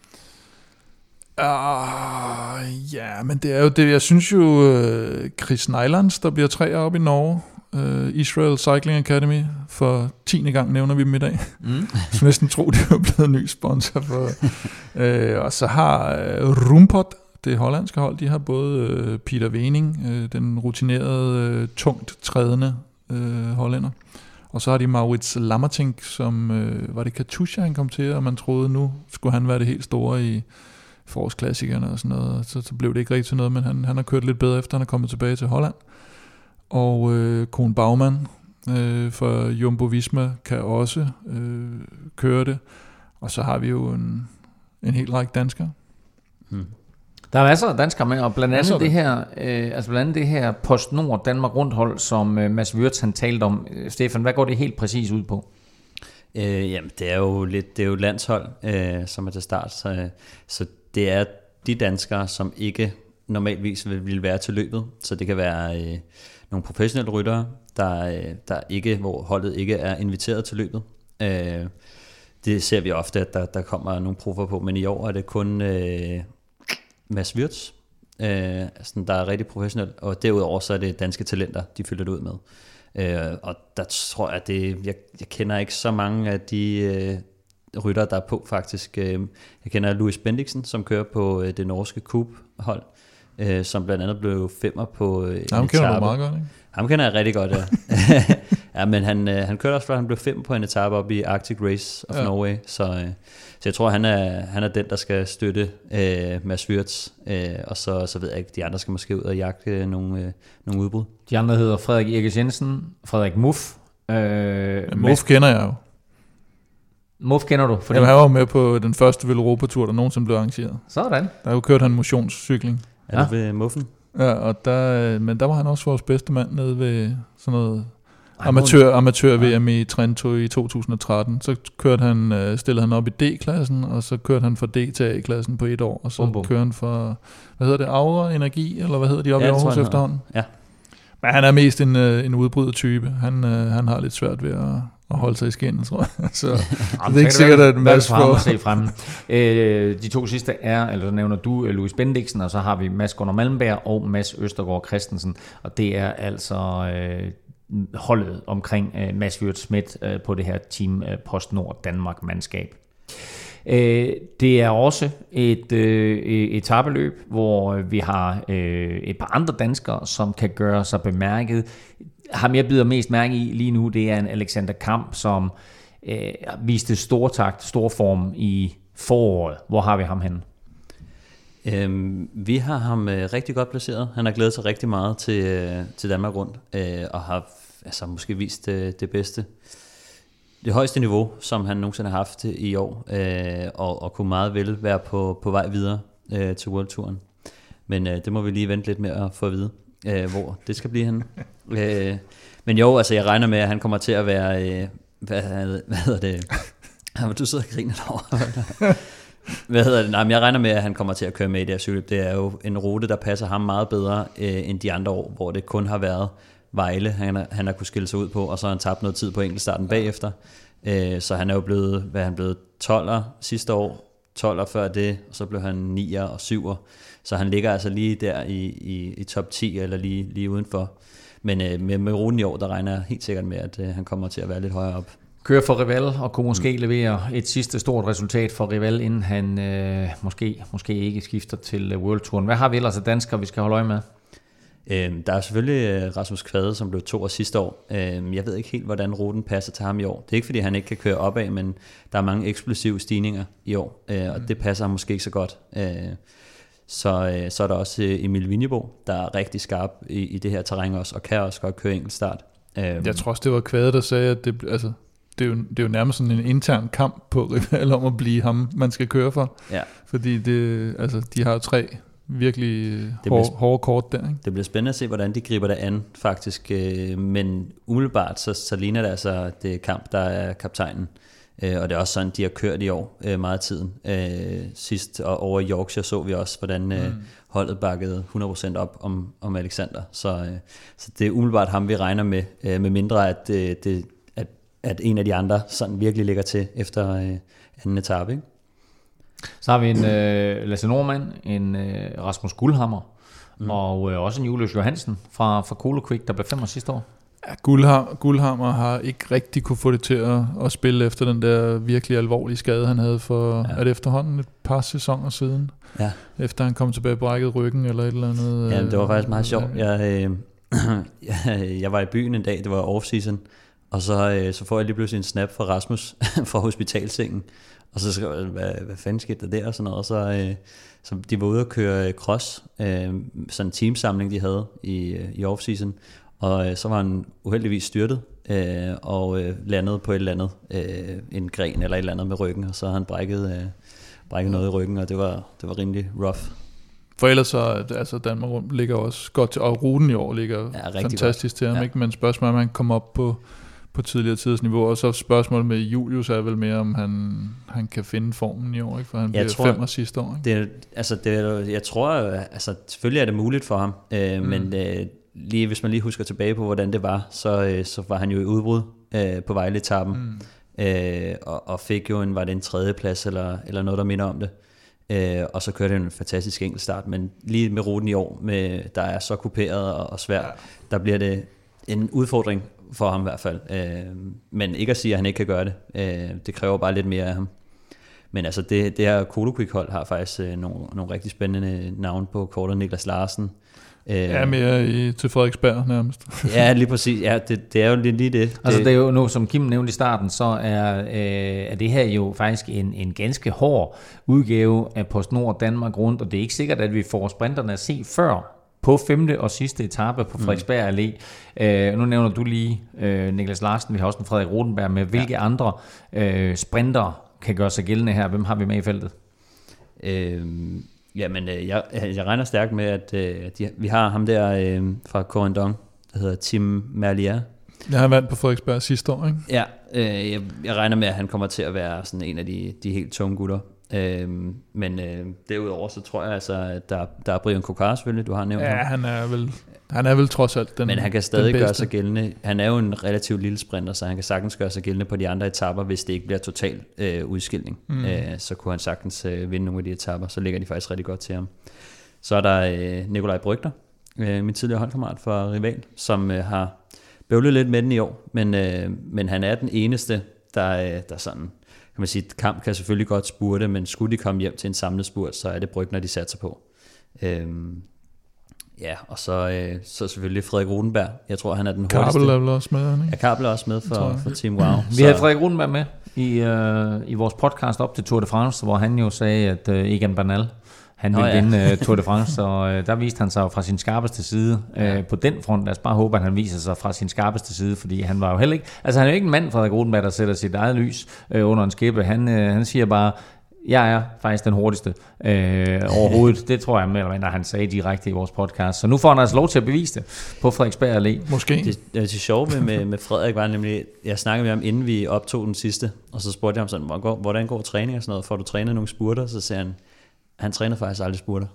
Uh, ja, men det er jo det, jeg synes jo, uh, Chris Nylands, der bliver tre op i Norge, uh, Israel Cycling Academy, for tiende gang nævner vi dem i dag. Mm. Så næsten tro, det er blevet en ny sponsor for. uh, og så har uh, Rumpot, det hollandske hold, de har både uh, Peter Wening, uh, den rutinerede, uh, tungt trædende uh, hollænder, og så har de Maurits Lammertink, som uh, var det Katusha, han kom til, og man troede, nu skulle han være det helt store i forårsklassikerne og sådan noget, så, så blev det ikke rigtig til noget, men han, han har kørt lidt bedre efter, han er kommet tilbage til Holland. Og øh, Koen Baumann øh, for Jumbo Visma kan også øh, køre det. Og så har vi jo en, en hel række danskere. Hmm. Der er masser af danskere med, og blandt andet det her, øh, altså blandt andet det her Post Nord Danmark Rundhold, som øh, Mads Wirtz han talte om. Stefan, hvad går det helt præcis ud på? Øh, jamen, det er jo lidt, det er jo et landshold, øh, som er til start, så, så det er de danskere, som ikke normalvis vil, vil være til løbet, så det kan være øh, nogle professionelle ryttere, der, øh, der ikke, hvor holdet ikke er inviteret til løbet. Øh, det ser vi ofte, at der, der kommer nogle profer på, men i år er det kun øh, Mads Wirtz, øh, sådan, der er rigtig professionel, og derudover så er det danske talenter, de fylder det ud med. Øh, og der tror jeg, at det, jeg, jeg kender ikke så mange af de øh, rytter, der er på faktisk. Øh, jeg kender Louis Bendiksen, som kører på øh, det norske Coop-hold, øh, som blandt andet blev femmer på øh, ham kender du meget godt, ikke? Ham kender jeg rigtig godt, ja. Ja, men han, øh, han kørte også, før han blev fem på en etape op i Arctic Race of ja. Norway, så, øh, så jeg tror, han er, han er den, der skal støtte øh, Mads Wirtz, øh, og så, så ved jeg ikke, de andre skal måske ud og jagte øh, nogle, øh, nogle udbrud. De andre hedder Frederik Erik Jensen, Frederik Muff. Øh, ja, Muff kender jeg jo. Muff kender du? Fordi... Jamen, han var med på den første Veloropa-tur, der nogensinde blev arrangeret. Sådan. Der har jo kørt han motionscykling. Er ja. du ved Muffen? Ja, og der, men der var han også vores bedste mand nede ved sådan noget amatør, amatør-V M i Trento i to tusind og tretten. Så kørte han, stillede han op i D-klassen, og så kørte han fra D til A-klassen på et år, og så um, kører han for, hvad hedder det, Aura Energi, eller hvad hedder de oppe ja, i Aarhus efterhånden? Ja. Men han er mest en, en udbrydet type. Han, han har lidt svært ved at, at holde sig i skinnet, tror jeg. Så det er ikke sikkert, at en masse for at se frem. Øh, de to sidste er, eller så nævner du Louis Bendiksen, og så har vi Mads Gunnar Malmberg og Mads Østergaard Christensen, og det er altså øh, holdet omkring øh, Mads Wirtz Schmidt øh, på det her Team øh, PostNord Danmark-mandskab. Øh, det er også et øh, etapeløb, hvor vi har øh, et par andre danskere, som kan gøre sig bemærket. Ham jeg bider mest mærke i lige nu, det er en Alexander Kamp, som øh, viste stortakt, stor form i foråret. Hvor har vi ham henne? Øhm, vi har ham øh, rigtig godt placeret. Han har glædet sig rigtig meget til, øh, til Danmark rundt, øh, og har altså, måske vist øh, det bedste. Det højeste niveau, som han nogensinde har haft i år, øh, og, og kunne meget vel være på, på vej videre øh, til World-turen. Men øh, det må vi lige vente lidt med at få at vide, øh, hvor det skal blive henne. øh, men jo, altså jeg regner med, at han kommer til at være, øh, hvad, hvad hedder det? Du sidder og griner derovre. Hvad hedder det? Nej, men jeg regner med, at han kommer til at køre med i det her cykelløb. Det er jo en rute, der passer ham meget bedre øh, end de andre år, hvor det kun har været Vejle, han har, han har kunnet skille sig ud på, og så har han tabt noget tid på enkeltstarten bagefter. Øh, så han er jo blevet, hvad er han blevet, tolver sidste år, tolver før det, og så blev han nier og syver. Så han ligger altså lige der i, i, i top ti, eller lige, lige udenfor. Men øh, med, med ruten i år, der regner jeg helt sikkert med, at øh, han kommer til at være lidt højere op. Kører for Rival og kunne måske mm. levere et sidste stort resultat for Rival, inden han øh, måske, måske ikke skifter til World-turen. Hvad har vi ellers af danskere, vi skal holde øje med? Øhm, der er selvfølgelig Rasmus Kvade, som blev toer sidste år. Øhm, jeg ved ikke helt, hvordan ruten passer til ham i år. Det er ikke, fordi han ikke kan køre opad, men der er mange eksplosive stigninger i år, øh, og det passer ham måske ikke så godt. Øh, så, øh, så er der også Emil Vinjebo, der er rigtig skarp i, i det her terræn også, og kan også godt køre enkeltstart. Øhm, jeg tror også, det var Kvade, der sagde, at det, altså, det, er jo, det er jo nærmest sådan en intern kamp på Rival om at blive ham, man skal køre for. Ja. Fordi det, altså, de har jo tre virkelig hårde, hårde kort der, ikke? Det bliver spændende at se, hvordan de griber det an faktisk, men umiddelbart så, så ligner det altså det kamp, der er kaptajnen, og det er også sådan, de har kørt i år meget tiden. Sidst og over i Yorkshire så vi også, hvordan mm. holdet bakkede hundrede procent op om, om Alexander, så, så det er umiddelbart ham, vi regner med, med mindre at, det, at, at en af de andre sådan virkelig ligger til efter anden etape, ikke? Så har vi en øh, Lasse Normann, en øh, Rasmus Guldhammer, mm. og øh, også en Julius Johansen fra, fra Colo Quick, der blev femmer sidste år. Ja, Guldhammer, Guldhammer har ikke rigtig kunne få det til at, at spille efter den der virkelig alvorlige skade, han havde for, ja. er det efterhånden et par sæsoner siden? Ja. Efter han kom tilbage og brækkede ryggen eller et eller andet. Ja, det var faktisk meget sjovt. Jeg, øh, jeg, jeg var i byen en dag, det var off-season, og så, øh, så får jeg lige pludselig en snap fra Rasmus fra hospitalsengen. Og så skrev jeg, hvad, hvad fanden skete der der og sådan noget. Og så, øh, så de var ude at køre cross, øh, sådan en teamsamling de havde i, i off-season. Og øh, så var han uheldigvis styrtet øh, og øh, landede på et eller andet, øh, en gren eller et eller andet med ryggen. Og så havde han brækket, øh, brækket noget i ryggen, og det var, det var rimelig rough. For ellers så, altså Danmark rundt ligger også godt til, og ruten i år ligger ja, fantastisk godt til ham, ja. Ikke? Men spørgsmålet om han kommer op på på tidligere tiders niveau, og så spørgsmålet med Julius er vel mere, om han, han kan finde formen i år, ikke? For han bliver tror, femmer sidste år. Ikke? Det, altså det, jeg tror, altså selvfølgelig er det muligt for ham, øh, mm. men øh, lige, hvis man lige husker tilbage på, hvordan det var, så, øh, så var han jo i udbrud øh, på Vejle-etappen, mm. øh, og, og fik jo en, var det en tredjeplads, eller, eller noget, der minder om det. Øh, og så kørte han en fantastisk enkeltstart, men lige med ruten i år, med, der er så kuperet og, og svært, ja. Der bliver det en udfordring for ham i hvert fald. Øh, men ikke at sige, at han ikke kan gøre det. Øh, det kræver bare lidt mere af ham. men altså det, det her Kolo-Quick hold har faktisk øh, nogle, nogle rigtig spændende navne på kortet. Niklas Larsen. Øh, ja, mere i, til Frederiksberg nærmest. ja, lige præcis. Ja, det, det er jo lige det. Altså det er jo nu, som Kim nævnte i starten, så er, øh, er det her jo faktisk en, en ganske hård udgave af PostNord Danmark Rundt, og det er ikke sikkert, at vi får sprinterne at se før på femte og sidste etape på Frederiksberg Allé. Øh, nu nævner du lige øh, Niklas Larsen, vi har også en Frederik Rodenberg med. Hvilke ja. andre øh, sprinter kan gøre sig gældende her? Hvem har vi med i feltet? Øh, jamen, øh, jeg, jeg regner stærkt med, at øh, de, vi har ham der øh, fra Corendon, der hedder Tim Merlier. Jeg har vandt på Frederiksberg sidste år, ikke? Ja, øh, jeg, jeg regner med, at han kommer til at være sådan en af de, de helt tunge gutter. Øhm, men øh, derudover så tror jeg altså at der, der er Brian Kokar selvfølgelig, du har nævnt ja, ham. han er vel han er vel trods alt den. Men han kan stadig gøre sig gældende. Han er jo en relativt lille sprinter, så han kan sagtens gøre sig gældende på de andre etaper, hvis det ikke bliver total øh, udskilning. Mm. Øh, så kunne han sagtens øh, vinde nogle af de etaper, så ligger de faktisk rigtig godt til ham. Så er der øh, Nikolaj Brygter, øh, min tidligere holdkammerat for Rival, som øh, har bøvlet lidt med den i år, men, øh, men han er den eneste, der, øh, der sådan kan man sige, kamp kan selvfølgelig godt spurte, men skulle de komme hjem til en samlet spurt, så er det Brygner, de satser på. Øhm, ja, og så, øh, så selvfølgelig Frederik Rodenberg. Jeg tror, han er den hurtigste. Kabel er vel også med, ikke? Ja, Kabel er også med for, for Team Wow. Vi havde Frederik Rodenberg med i, øh, i vores podcast op til Tour de France, hvor han jo sagde, at øh, Egan Bernal, han ville ja. vinde uh, Tour de France, og uh, der viste han sig fra sin skarpeste side. Uh, på den front, lad os bare håbe, at han viser sig fra sin skarpeste side, fordi han var jo heller ikke, altså han er jo ikke en mand, Frederik Rodenberg, der sætter sit eget lys uh, under en skæppe. Han, uh, han siger bare, jeg er faktisk den hurtigste uh, overhovedet. Det tror jeg med, eller mindre, han sagde direkte i vores podcast. Så nu får han altså lov til at bevise det på Frederiksberg Allé. Måske. Det, det, det sjove med, med, med Frederik var nemlig, jeg snakkede med ham, inden vi optog den sidste, og så spurgte jeg ham sådan, hvordan går, hvordan går træning og sådan noget? Får du trænet nogle spurter? Så siger han, han trænede faktisk aldrig spurter.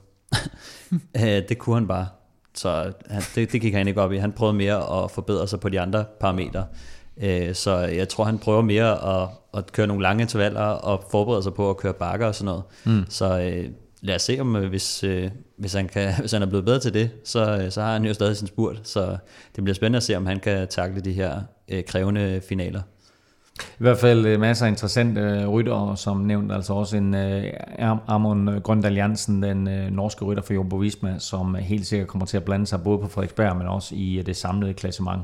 Det kunne han bare. Så han, det, det gik han ikke op i. Han prøvede mere at forbedre sig på de andre parametre. Så jeg tror, han prøver mere at, at køre nogle lange intervaller og forberede sig på at køre bakker og sådan noget. Mm. Så lad os se, om hvis, hvis, han kan, hvis han er blevet bedre til det, så, så har han jo stadig sin spurt. Så det bliver spændende at se, om han kan takle de her krævende finaler. I hvert fald masser af interessante ryttere, som nævnt, altså også en uh, Amon Grøndal Jansen, den uh, norske rytter for Jumbo Visma, som helt sikkert kommer til at blande sig både på Frederiksberg, men også i uh, det samlede klassement.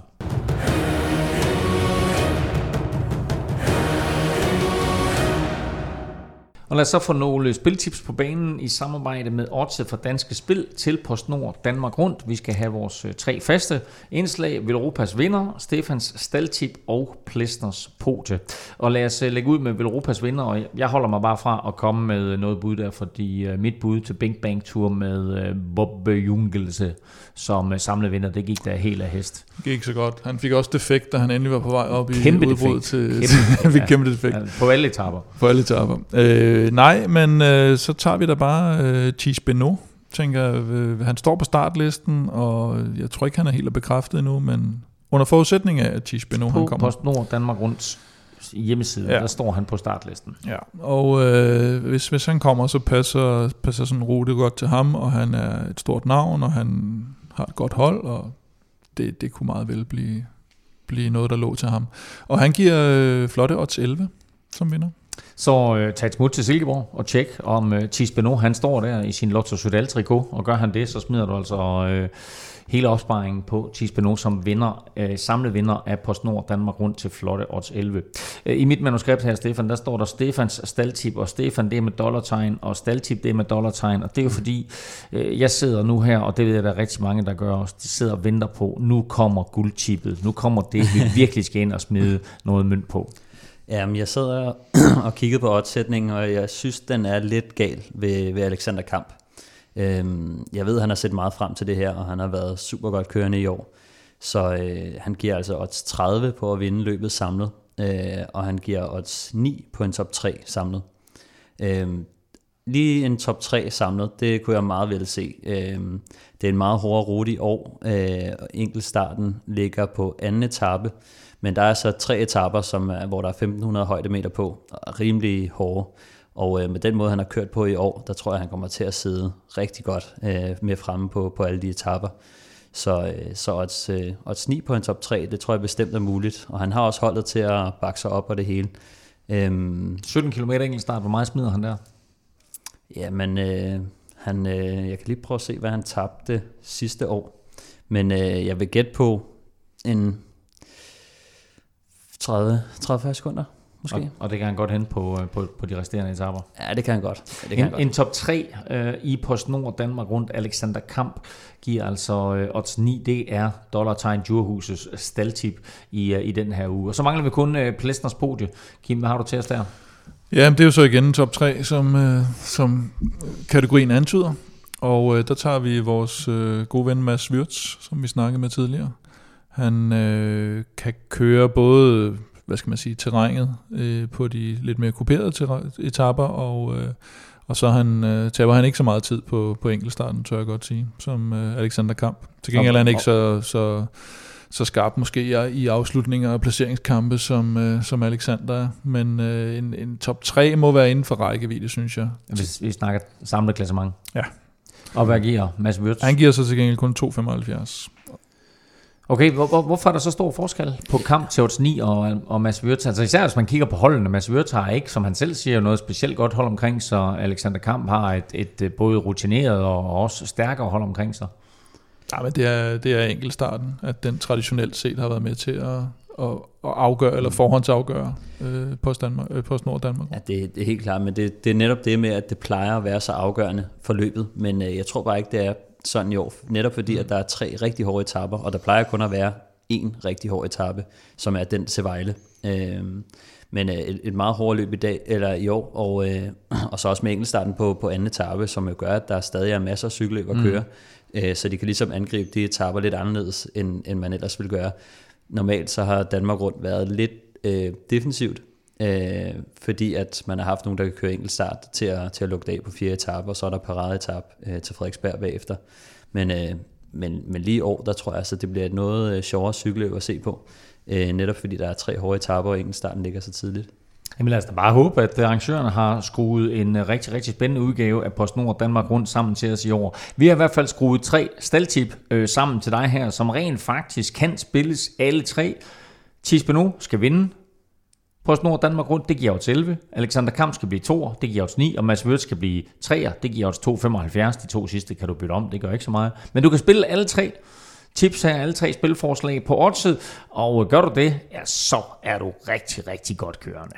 Og lad os så få nogle spiltips på banen i samarbejde med Oddset for Danske Spil til PostNord Danmark Rundt. Vi skal have vores tre faste indslag: Velropas vinder, Stefans staldtip og Plesners pote. Og lad os lægge ud med Velropas vinder, og jeg holder mig bare fra at komme med noget bud der, fordi mit bud til Bing Bang Tour med Bob Jungelse som samlede vinder, det gik da helt af hest. Det gik så godt. Han fik også defekt, da han endelig var på vej op kæmpe i udbruddet til kæmpe, ja, kæmpe defekt. Ja, på alle etaper. På alle etaper. Øh, nej, men øh, så tager vi da bare øh, Thies Benoit. Tænker, øh, han står på startlisten, og jeg tror ikke, han er helt bekræftet endnu, men under forudsætning af, at Thies Benoit han kommer. På PostNord Danmark Rundt hjemmeside, ja. Der står han på startlisten. Ja, og øh, hvis, hvis han kommer, så passer, passer sådan en rute godt til ham, og han er et stort navn, og han har et godt hold, og det, det kunne meget vel blive, blive noget, der lå til ham. Og han giver øh, flotte odds elleve som vinder. Så øh, tag et smut til Silkeborg og tjek, om øh, Thies Benoit, han står der i sin Lotto Sudal-trikot, og gør han det, så smider du altså øh, hele opsparingen på Thies Benoit som vinder, øh, samlet vinder af PostNord Danmark Rundt til flotte odds elleve. Øh, I mit manuskript her, Stefan, der står der Stefans staldtip, og Stefan det er med dollartegn, og staldtip det er med dollartegn, og det er jo fordi, øh, jeg sidder nu her, og det ved jeg, der er rigtig mange, der gør også, de sidder og venter på, nu kommer guldtippet, nu kommer det, vi virkelig skal ind og smide noget mønt på. Jamen, jeg sad og kiggede på oddsætningen, og jeg synes, den er lidt gal ved, ved Alexander Kamp. Øhm, jeg ved, han har set meget frem til det her, og han har været super godt kørende i år. Så øh, han giver altså odds tredive på at vinde løbet samlet, øh, og han giver odds ni på en top tre samlet. Øh, lige en top tre samlet, det kunne jeg meget vel se. Øh, det er en meget hård rute i år, øh, og enkeltstarten ligger på anden etape. Men der er så tre etaper, som er, hvor der er femten hundrede højdemeter på, og rimelig hårde. Og øh, med den måde, han har kørt på i år, der tror jeg, han kommer til at sidde rigtig godt øh, med fremme på, på alle de etaper. Så, øh, så odds, øh, odds ni på en top tre, det tror jeg bestemt er muligt. Og han har også holdet til at bakke sig op og det hele. Øhm, sytten kilometer enkeltstart, hvor meget smider han der? ja, men øh, han, øh, jeg kan lige prøve at se, hvad han tabte sidste år. Men øh, jeg vil gætte på en tredive til fyrre sekunder, måske. Og, og det kan han godt hente på, på, på de resterende etaper. Ja, det kan han godt. Ja, det kan en, han godt. en top tre øh, i PostNord Danmark rundt. Alexander Kamp giver altså øh, odds ni. Det er Dollartegn Djurhusets staldtip i, øh, i den her uge. Og så mangler vi kun øh, Plesners podie. Kim, hvad har du til os der? Ja, det er jo så igen en top tre, som, øh, som kategorien antyder. Og øh, der tager vi vores øh, gode ven Mads Wirtz, som vi snakkede med tidligere. Han øh, kan køre både, hvad skal man sige, terrænet øh, på de lidt mere kuperede ter- etaper, og, øh, og så han, øh, taber han ikke så meget tid på, på enkeltstarten, tør jeg godt sige, som øh, Alexander Kamp. Til gengæld er han ikke så, så, så skarp måske i afslutninger og placeringskampe, som, øh, som Alexander er. Men øh, en, en top tre må være inden for rækkevidde, synes jeg. Hvis vi snakker samlet klassement. Ja. Og hvad giver Mads Wirtz? Han giver så til gengæld kun to komma femoghalvfjerds. Okay, hvor, hvor, hvorfor er der så stor forskel på Kamp til odds ni og, og Mads Wirtz? Altså især hvis man kigger på holdene. Mads Wirtz har ikke, som han selv siger, noget specielt godt hold omkring sig. Alexander Kamp har et, et både rutineret og også stærkere hold omkring sig. Ja, men det er, det er enkeltstarten, at den traditionelt set har været med til at, at, at afgøre, eller forhåndsafgøre øh, Post Danmark, øh, PostNord Danmark. Ja, det, det er helt klart, men det, det er netop det med, at det plejer at være så afgørende for løbet, men øh, jeg tror bare ikke, det er sådan i år, netop fordi, mm. at der er tre rigtig hårde etaper, og der plejer kun at være en rigtig hård etape, som er den til Vejle. Øh, men øh, et, et meget hårdt løb i dag, eller i år, og, øh, og så også med enkeltstarten på, på anden etape, som jo gør, at der stadig er masser af cykelløb at køre, mm. øh, så de kan ligesom angribe de etaper lidt anderledes, end, end man ellers vil gøre. Normalt så har Danmark rundt været lidt øh, defensivt, øh, fordi at man har haft nogen, der kan køre enkeltstart til at, til at lukke af på fire etaper, og så er der paradeetap øh, til Frederiksberg bagefter. Men, øh, men, men lige i år, der tror jeg, altså, det bliver et noget sjovere cykelløb at se på, øh, netop fordi der er tre hårde etaper, og enkeltstarten ligger så tidligt. Jamen lad os da bare håbe, at arrangørerne har skruet en rigtig, rigtig spændende udgave af PostNord Danmark rundt sammen til os i år. Vi har i hvert fald skruet tre staldtip øh, sammen til dig her, som rent faktisk kan spilles alle tre. Thies Benoit skal vinde PostNord Danmark rundt, det giver odds elleve. Alexander Kamp skal blive toer, det giver odds ni. Og Mads Wirtz skal blive treer, det giver odds to komma femoghalvfjerds. De to sidste kan du bytte om, det gør ikke så meget. Men du kan spille alle tre tips her, alle tre spilforslag på oddset, og gør du det, ja, så er du rigtig, rigtig godt kørende.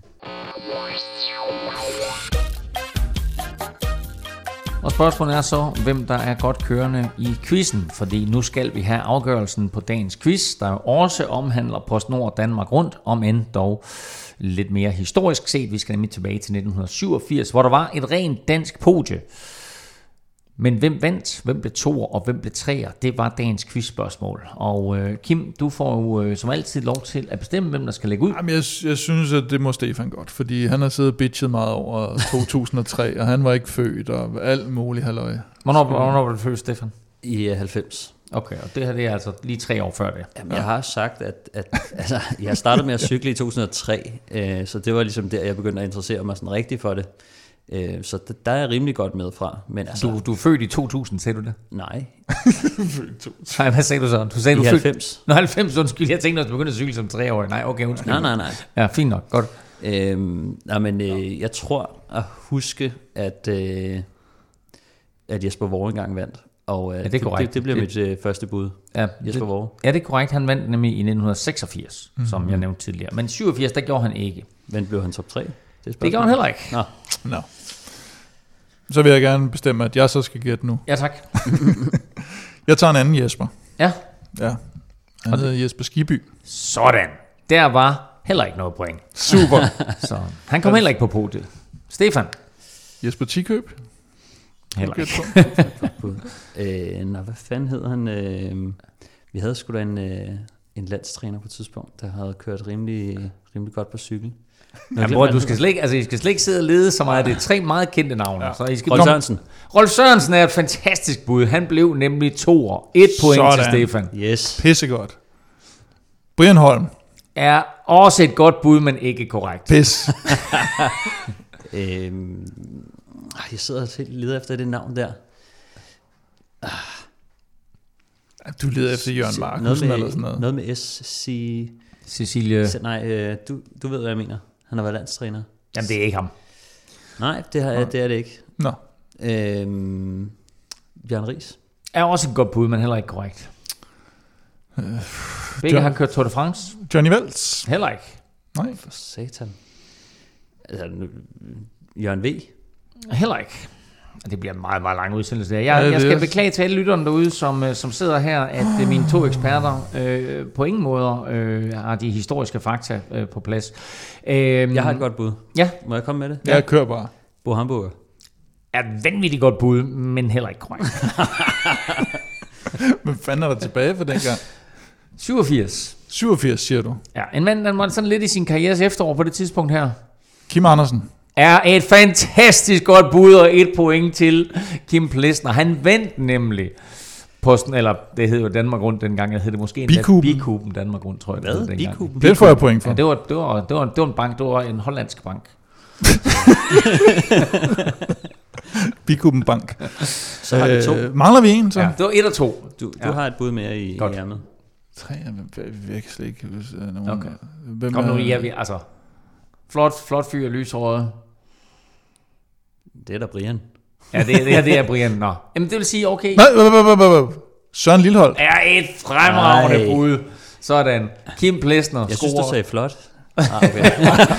Og spørgsmålet er så, hvem der er godt kørende i quizzen, fordi nu skal vi have afgørelsen på dagens quiz, der også omhandler PostNord Danmark rundt, om end dog lidt mere historisk set. Vi skal nemlig tilbage til nitten syvogfirs, hvor der var et rent dansk podie. Men hvem vandt, hvem blev toer og hvem blev treer, det var dagens quizspørgsmål. Og øh, Kim, du får jo øh, som altid lov til at bestemme, hvem der skal lægge ud. Jamen, jeg, jeg synes, at det må Stefan godt, fordi han har siddet og bitchet meget over to tusind og tre, og han var ikke født, og alt muligt halløj. Hvornår, hvornår var du født, Stefan? I halvfems. Okay, og det her det er altså lige tre år før det. Jamen, jeg har sagt, at, at altså, jeg startede med at cykle i to tusind og tre, øh, så det var ligesom der, jeg begyndte at interessere mig sådan rigtigt for det. Øh, så der, der er jeg rimelig godt med fra. Men altså, du, du er født i to tusind, sagde du det? Nej. Nej, hvad sagde du så? Du sagde, I du halvfems. Født... Nå, halvfems, undskyld. Jeg tænkte, at du begyndte at cykle som tre år. Nej, okay, undskyld. Nej, nej, nej. Ja, fint nok, godt. Øhm, nej, men øh, jeg tror at huske, at, øh, at Jesper Vore engang vandt. Og øh, ja, det, er det, det, det bliver mit øh, første bud. Ja, Jesper Vore. Ja, det er korrekt. Han vandt nemlig i nitten seksogfirs, mm-hmm. som jeg nævnte tidligere. Men syvogfirs, der gjorde han ikke. Men blev han top tre? Det, det gjorde han heller ikke. Nå. Nå. Så vil jeg gerne bestemme, at jeg så skal gætte nu. Ja, tak. Jeg tager en anden Jesper. Ja. Ja. Han hedder Jesper Skiby. Sådan. Der var heller ikke noget point. Super. Så han kom heller ikke på podiet. Stefan. Jesper Tikøb. Heller ikke. øh, nå, hvad fanden hedder han? Øh, vi havde sgu da en, øh, en landstræner på et tidspunkt, der havde kørt rimelig, rimelig godt på cykel. Ja, bror, du skal slet ikke, altså I skal slet ikke sidde og lede så meget. Det er tre meget kendte navne. Ja. Så I skal Rolf Sørensen. Rolf Sørensen er et fantastisk bud. Han blev nemlig toer. Et point Sådan. Til Stefan. Yes. Pissegodt. Brian Holm. Er også et godt bud, men ikke korrekt. Pis. øhm, jeg sidder og leder efter det navn der. Du leder efter Jørgen Markusen eller sådan noget. Noget med S. C. Cecilie. Nej, øh, du, du ved, hvad jeg mener. Han har været landstræner. Jamen, det er ikke ham. Nej, det, har, det er det ikke. Nå. Øhm, Bjørn Riis. Er også et godt bud, men heller ikke korrekt. Øh, Begge John, har kørt Tour de France. Johnny Vels. Heller ikke. Nej. For satan. Altså, nu, Jørgen V. Heller ikke. Det bliver en meget, meget lang udsendelse. Jeg, Ja, jeg skal er... beklage til alle lytterne derude, som, som sidder her, at oh. mine to eksperter øh, på ingen måde øh, har de historiske fakta øh, på plads. Øh, Jeg har et godt bud. Ja. Må jeg komme med det? Ja, jeg kører bare. Bo Hamburger. Er et vanvittigt godt bud, men heller ikke korrekt. Hvad fanden er der tilbage for dengang? syvogfirs. syvogfirs, siger du. Ja, en mand, der var sådan lidt i sin karrieres efterår på det tidspunkt her. Kim Andersen. Er et fantastisk godt bud, og et point til Kim Plesner. Han vandt nemlig posten, eller det hed jo Danmark Rundt dengang, jeg hed det måske Bikuben. Bikuben Danmark Rundt, tror jeg. Hvad? Det, hed Bikuben? Det får jeg point for. Ja, det var, det, var, det, var, det var en bank, det var en hollandsk bank. Bikuben Bank. Så har vi to. Øh, mangler vi en, så? Ja, det var et og to. Du, du Ja. har et bud mere i, i Godt. ærmet. Tre, jeg kan slet ikke huske nogen. Okay. Hvem Kom nu, er- ja, vi, altså, flot, flot fyr, lyshåret. Det er da Brian. Ja, det, det, her, det er Brian. Nå. Jamen, det vil sige, okay. Nej, nej, nej, nej, nej. Søren Lillehold. Er et fremragende Ej. bud. Sådan. Kim Plesner Jeg synes, du scorer. sagde flot. Ah, okay.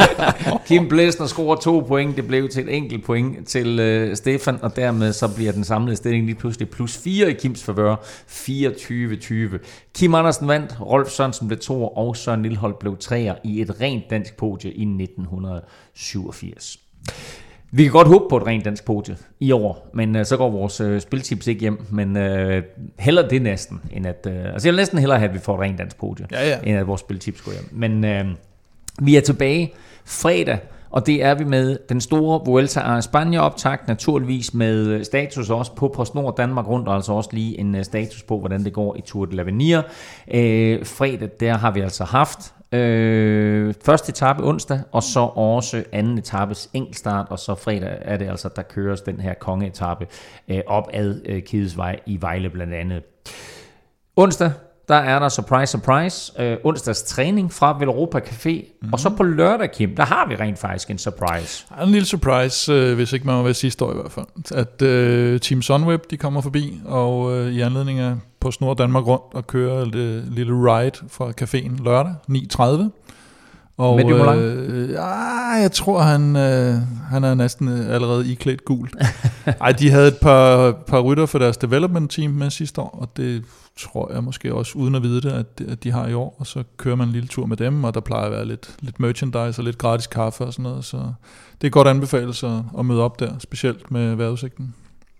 Kim Plesner scorer to point. Det blev til et enkelt point til øh, Stefan, og dermed så bliver den samlede stilling lige pludselig plus fire i Kims favør. fireogtyve tyve. Kim Andersen vandt, Rolf Sørensen blev toer, og Søren Lillehold blev treer i et rent dansk podie i nitten syvogfirs. Vi kan godt håbe på et rent dansk podie i år, men øh, så går vores øh, spiltips ikke hjem, men øh, hellere det næsten, end at, øh, altså jeg vil næsten hellere have, at vi får et rent dansk podie, Ja, ja. end at vores spiltips går hjem. Men øh, vi er tilbage fredag, og det er vi med den store Vuelta a España optakt, naturligvis med status også på PostNord Danmark Rundt, og altså også lige en status på, hvordan det går i Tour de l'Avenir. Øh, fredag, der har vi altså haft øh, første etape onsdag, og så også anden etapes enkeltstart, og så fredag er det altså, der køres den her kongeetape øh, op ad øh, Kidesvej i Vejle blandt andet. Onsdag, der er der surprise, surprise, øh, onsdags træning fra Velropa Café, mm-hmm. og så på lørdag, Kim, der har vi rent faktisk en surprise. En lille surprise, øh, hvis ikke man må være sidste år i hvert fald, at øh, Team Sunweb, de kommer forbi, og øh, i anledning af PostNord Danmark Rundt og kører et øh, lille ride fra caféen lørdag, ni tredive. Og, Med Dumoulin? øh, ja, jeg tror, han, øh, han er næsten øh, allerede iklædt gult. Ej, de havde et par, par rytter for deres development team med sidste år, og det tror jeg måske også, uden at vide det, at, at de har i år. Og så kører man en lille tur med dem, og der plejer at være lidt, lidt merchandise og lidt gratis kaffe og sådan noget. Så det er godt anbefales at, at møde op der, specielt med vejrudsigten.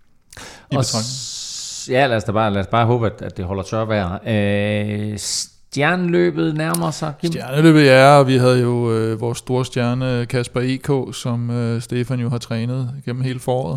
I Og betragtning. s- ja, lad os da bare, lad os bare håbe, at, at det holder tørvejr. Øh, stjerneløbet nærmer sig, Kim. Stjerneløbet er, og vi havde jo øh, vores store stjerne Kasper E K, som øh, Stefan jo har trænet gennem hele foråret.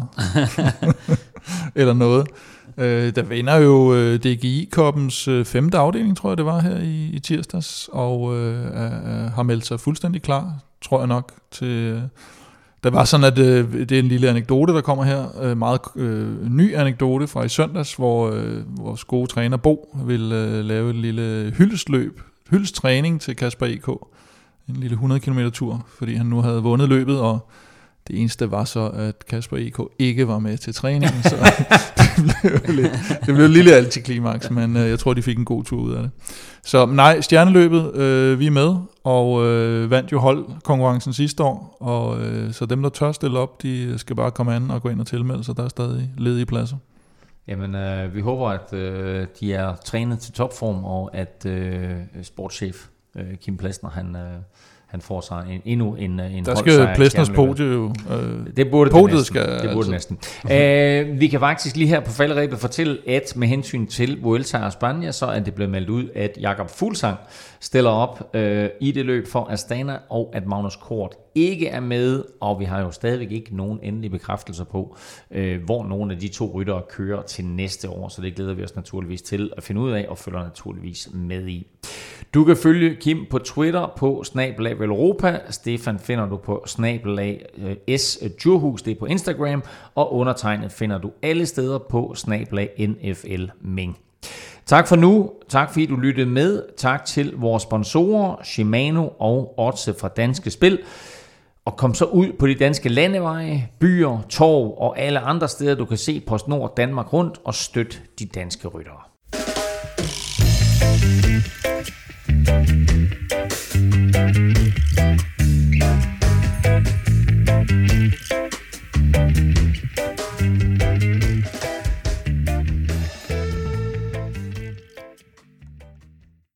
Eller noget. Øh, der vinder jo øh, D G I-koppens øh, femte afdeling, tror jeg det var her i, i tirsdags, og øh, er, er, har meldt sig fuldstændig klar, tror jeg nok, til... Øh, der var sådan, at øh, det er en lille anekdote, der kommer her, øh, meget øh, ny anekdote fra i søndags, hvor øh, vores gode træner Bo vil øh, lave et lille hyldesløb, hyldestræning til Kasper E K, en lille hundrede kilometer tur, fordi han nu havde vundet løbet, og det eneste var så, at Kasper E K ikke var med til træningen, så det blev, lidt, det blev et lille antiklimaks, men øh, jeg tror, de fik en god tur ud af det. Så nej, stjerneløbet, øh, vi er med, og øh, vandt jo holdkonkurrencen sidste år, og øh, så dem, der tør stille op, de skal bare komme an og gå ind og tilmelde sig, der er stadig ledige pladser. Jamen, øh, vi håber, at øh, de er trænet til topform, og at øh, sportschef øh, Kim Plesner, han... Øh, han får sig en, endnu en, en Der skal Plesners podie jo. Øh, det burde det næsten. Skal, det burde altså. næsten. øh, vi kan faktisk lige her på falderebet fortælle, at med hensyn til Vuelta a España, så er det blevet meldt ud, at Jakob Fuglsang stiller op øh, i det løb for Astana, og at Magnus Kort ikke er med, og vi har jo stadigvæk ikke nogen endelige bekræftelser på, øh, hvor nogle af de to ryttere kører til næste år, så det glæder vi os naturligvis til at finde ud af, og følger naturligvis med i. Du kan følge Kim på Twitter på snabel-a Velropa. Stefan finder du på snabel-a S Djurhus, det er på Instagram, og undertegnet finder du alle steder på snabel-a N F L Ming. Tak for nu. Tak fordi du lyttede med. Tak til vores sponsorer, Shimano og Odds fra Danske Spil. Og kom så ud på de danske landeveje, byer, torv og alle andre steder, du kan se PostNord Danmark rundt og støt de danske ryttere.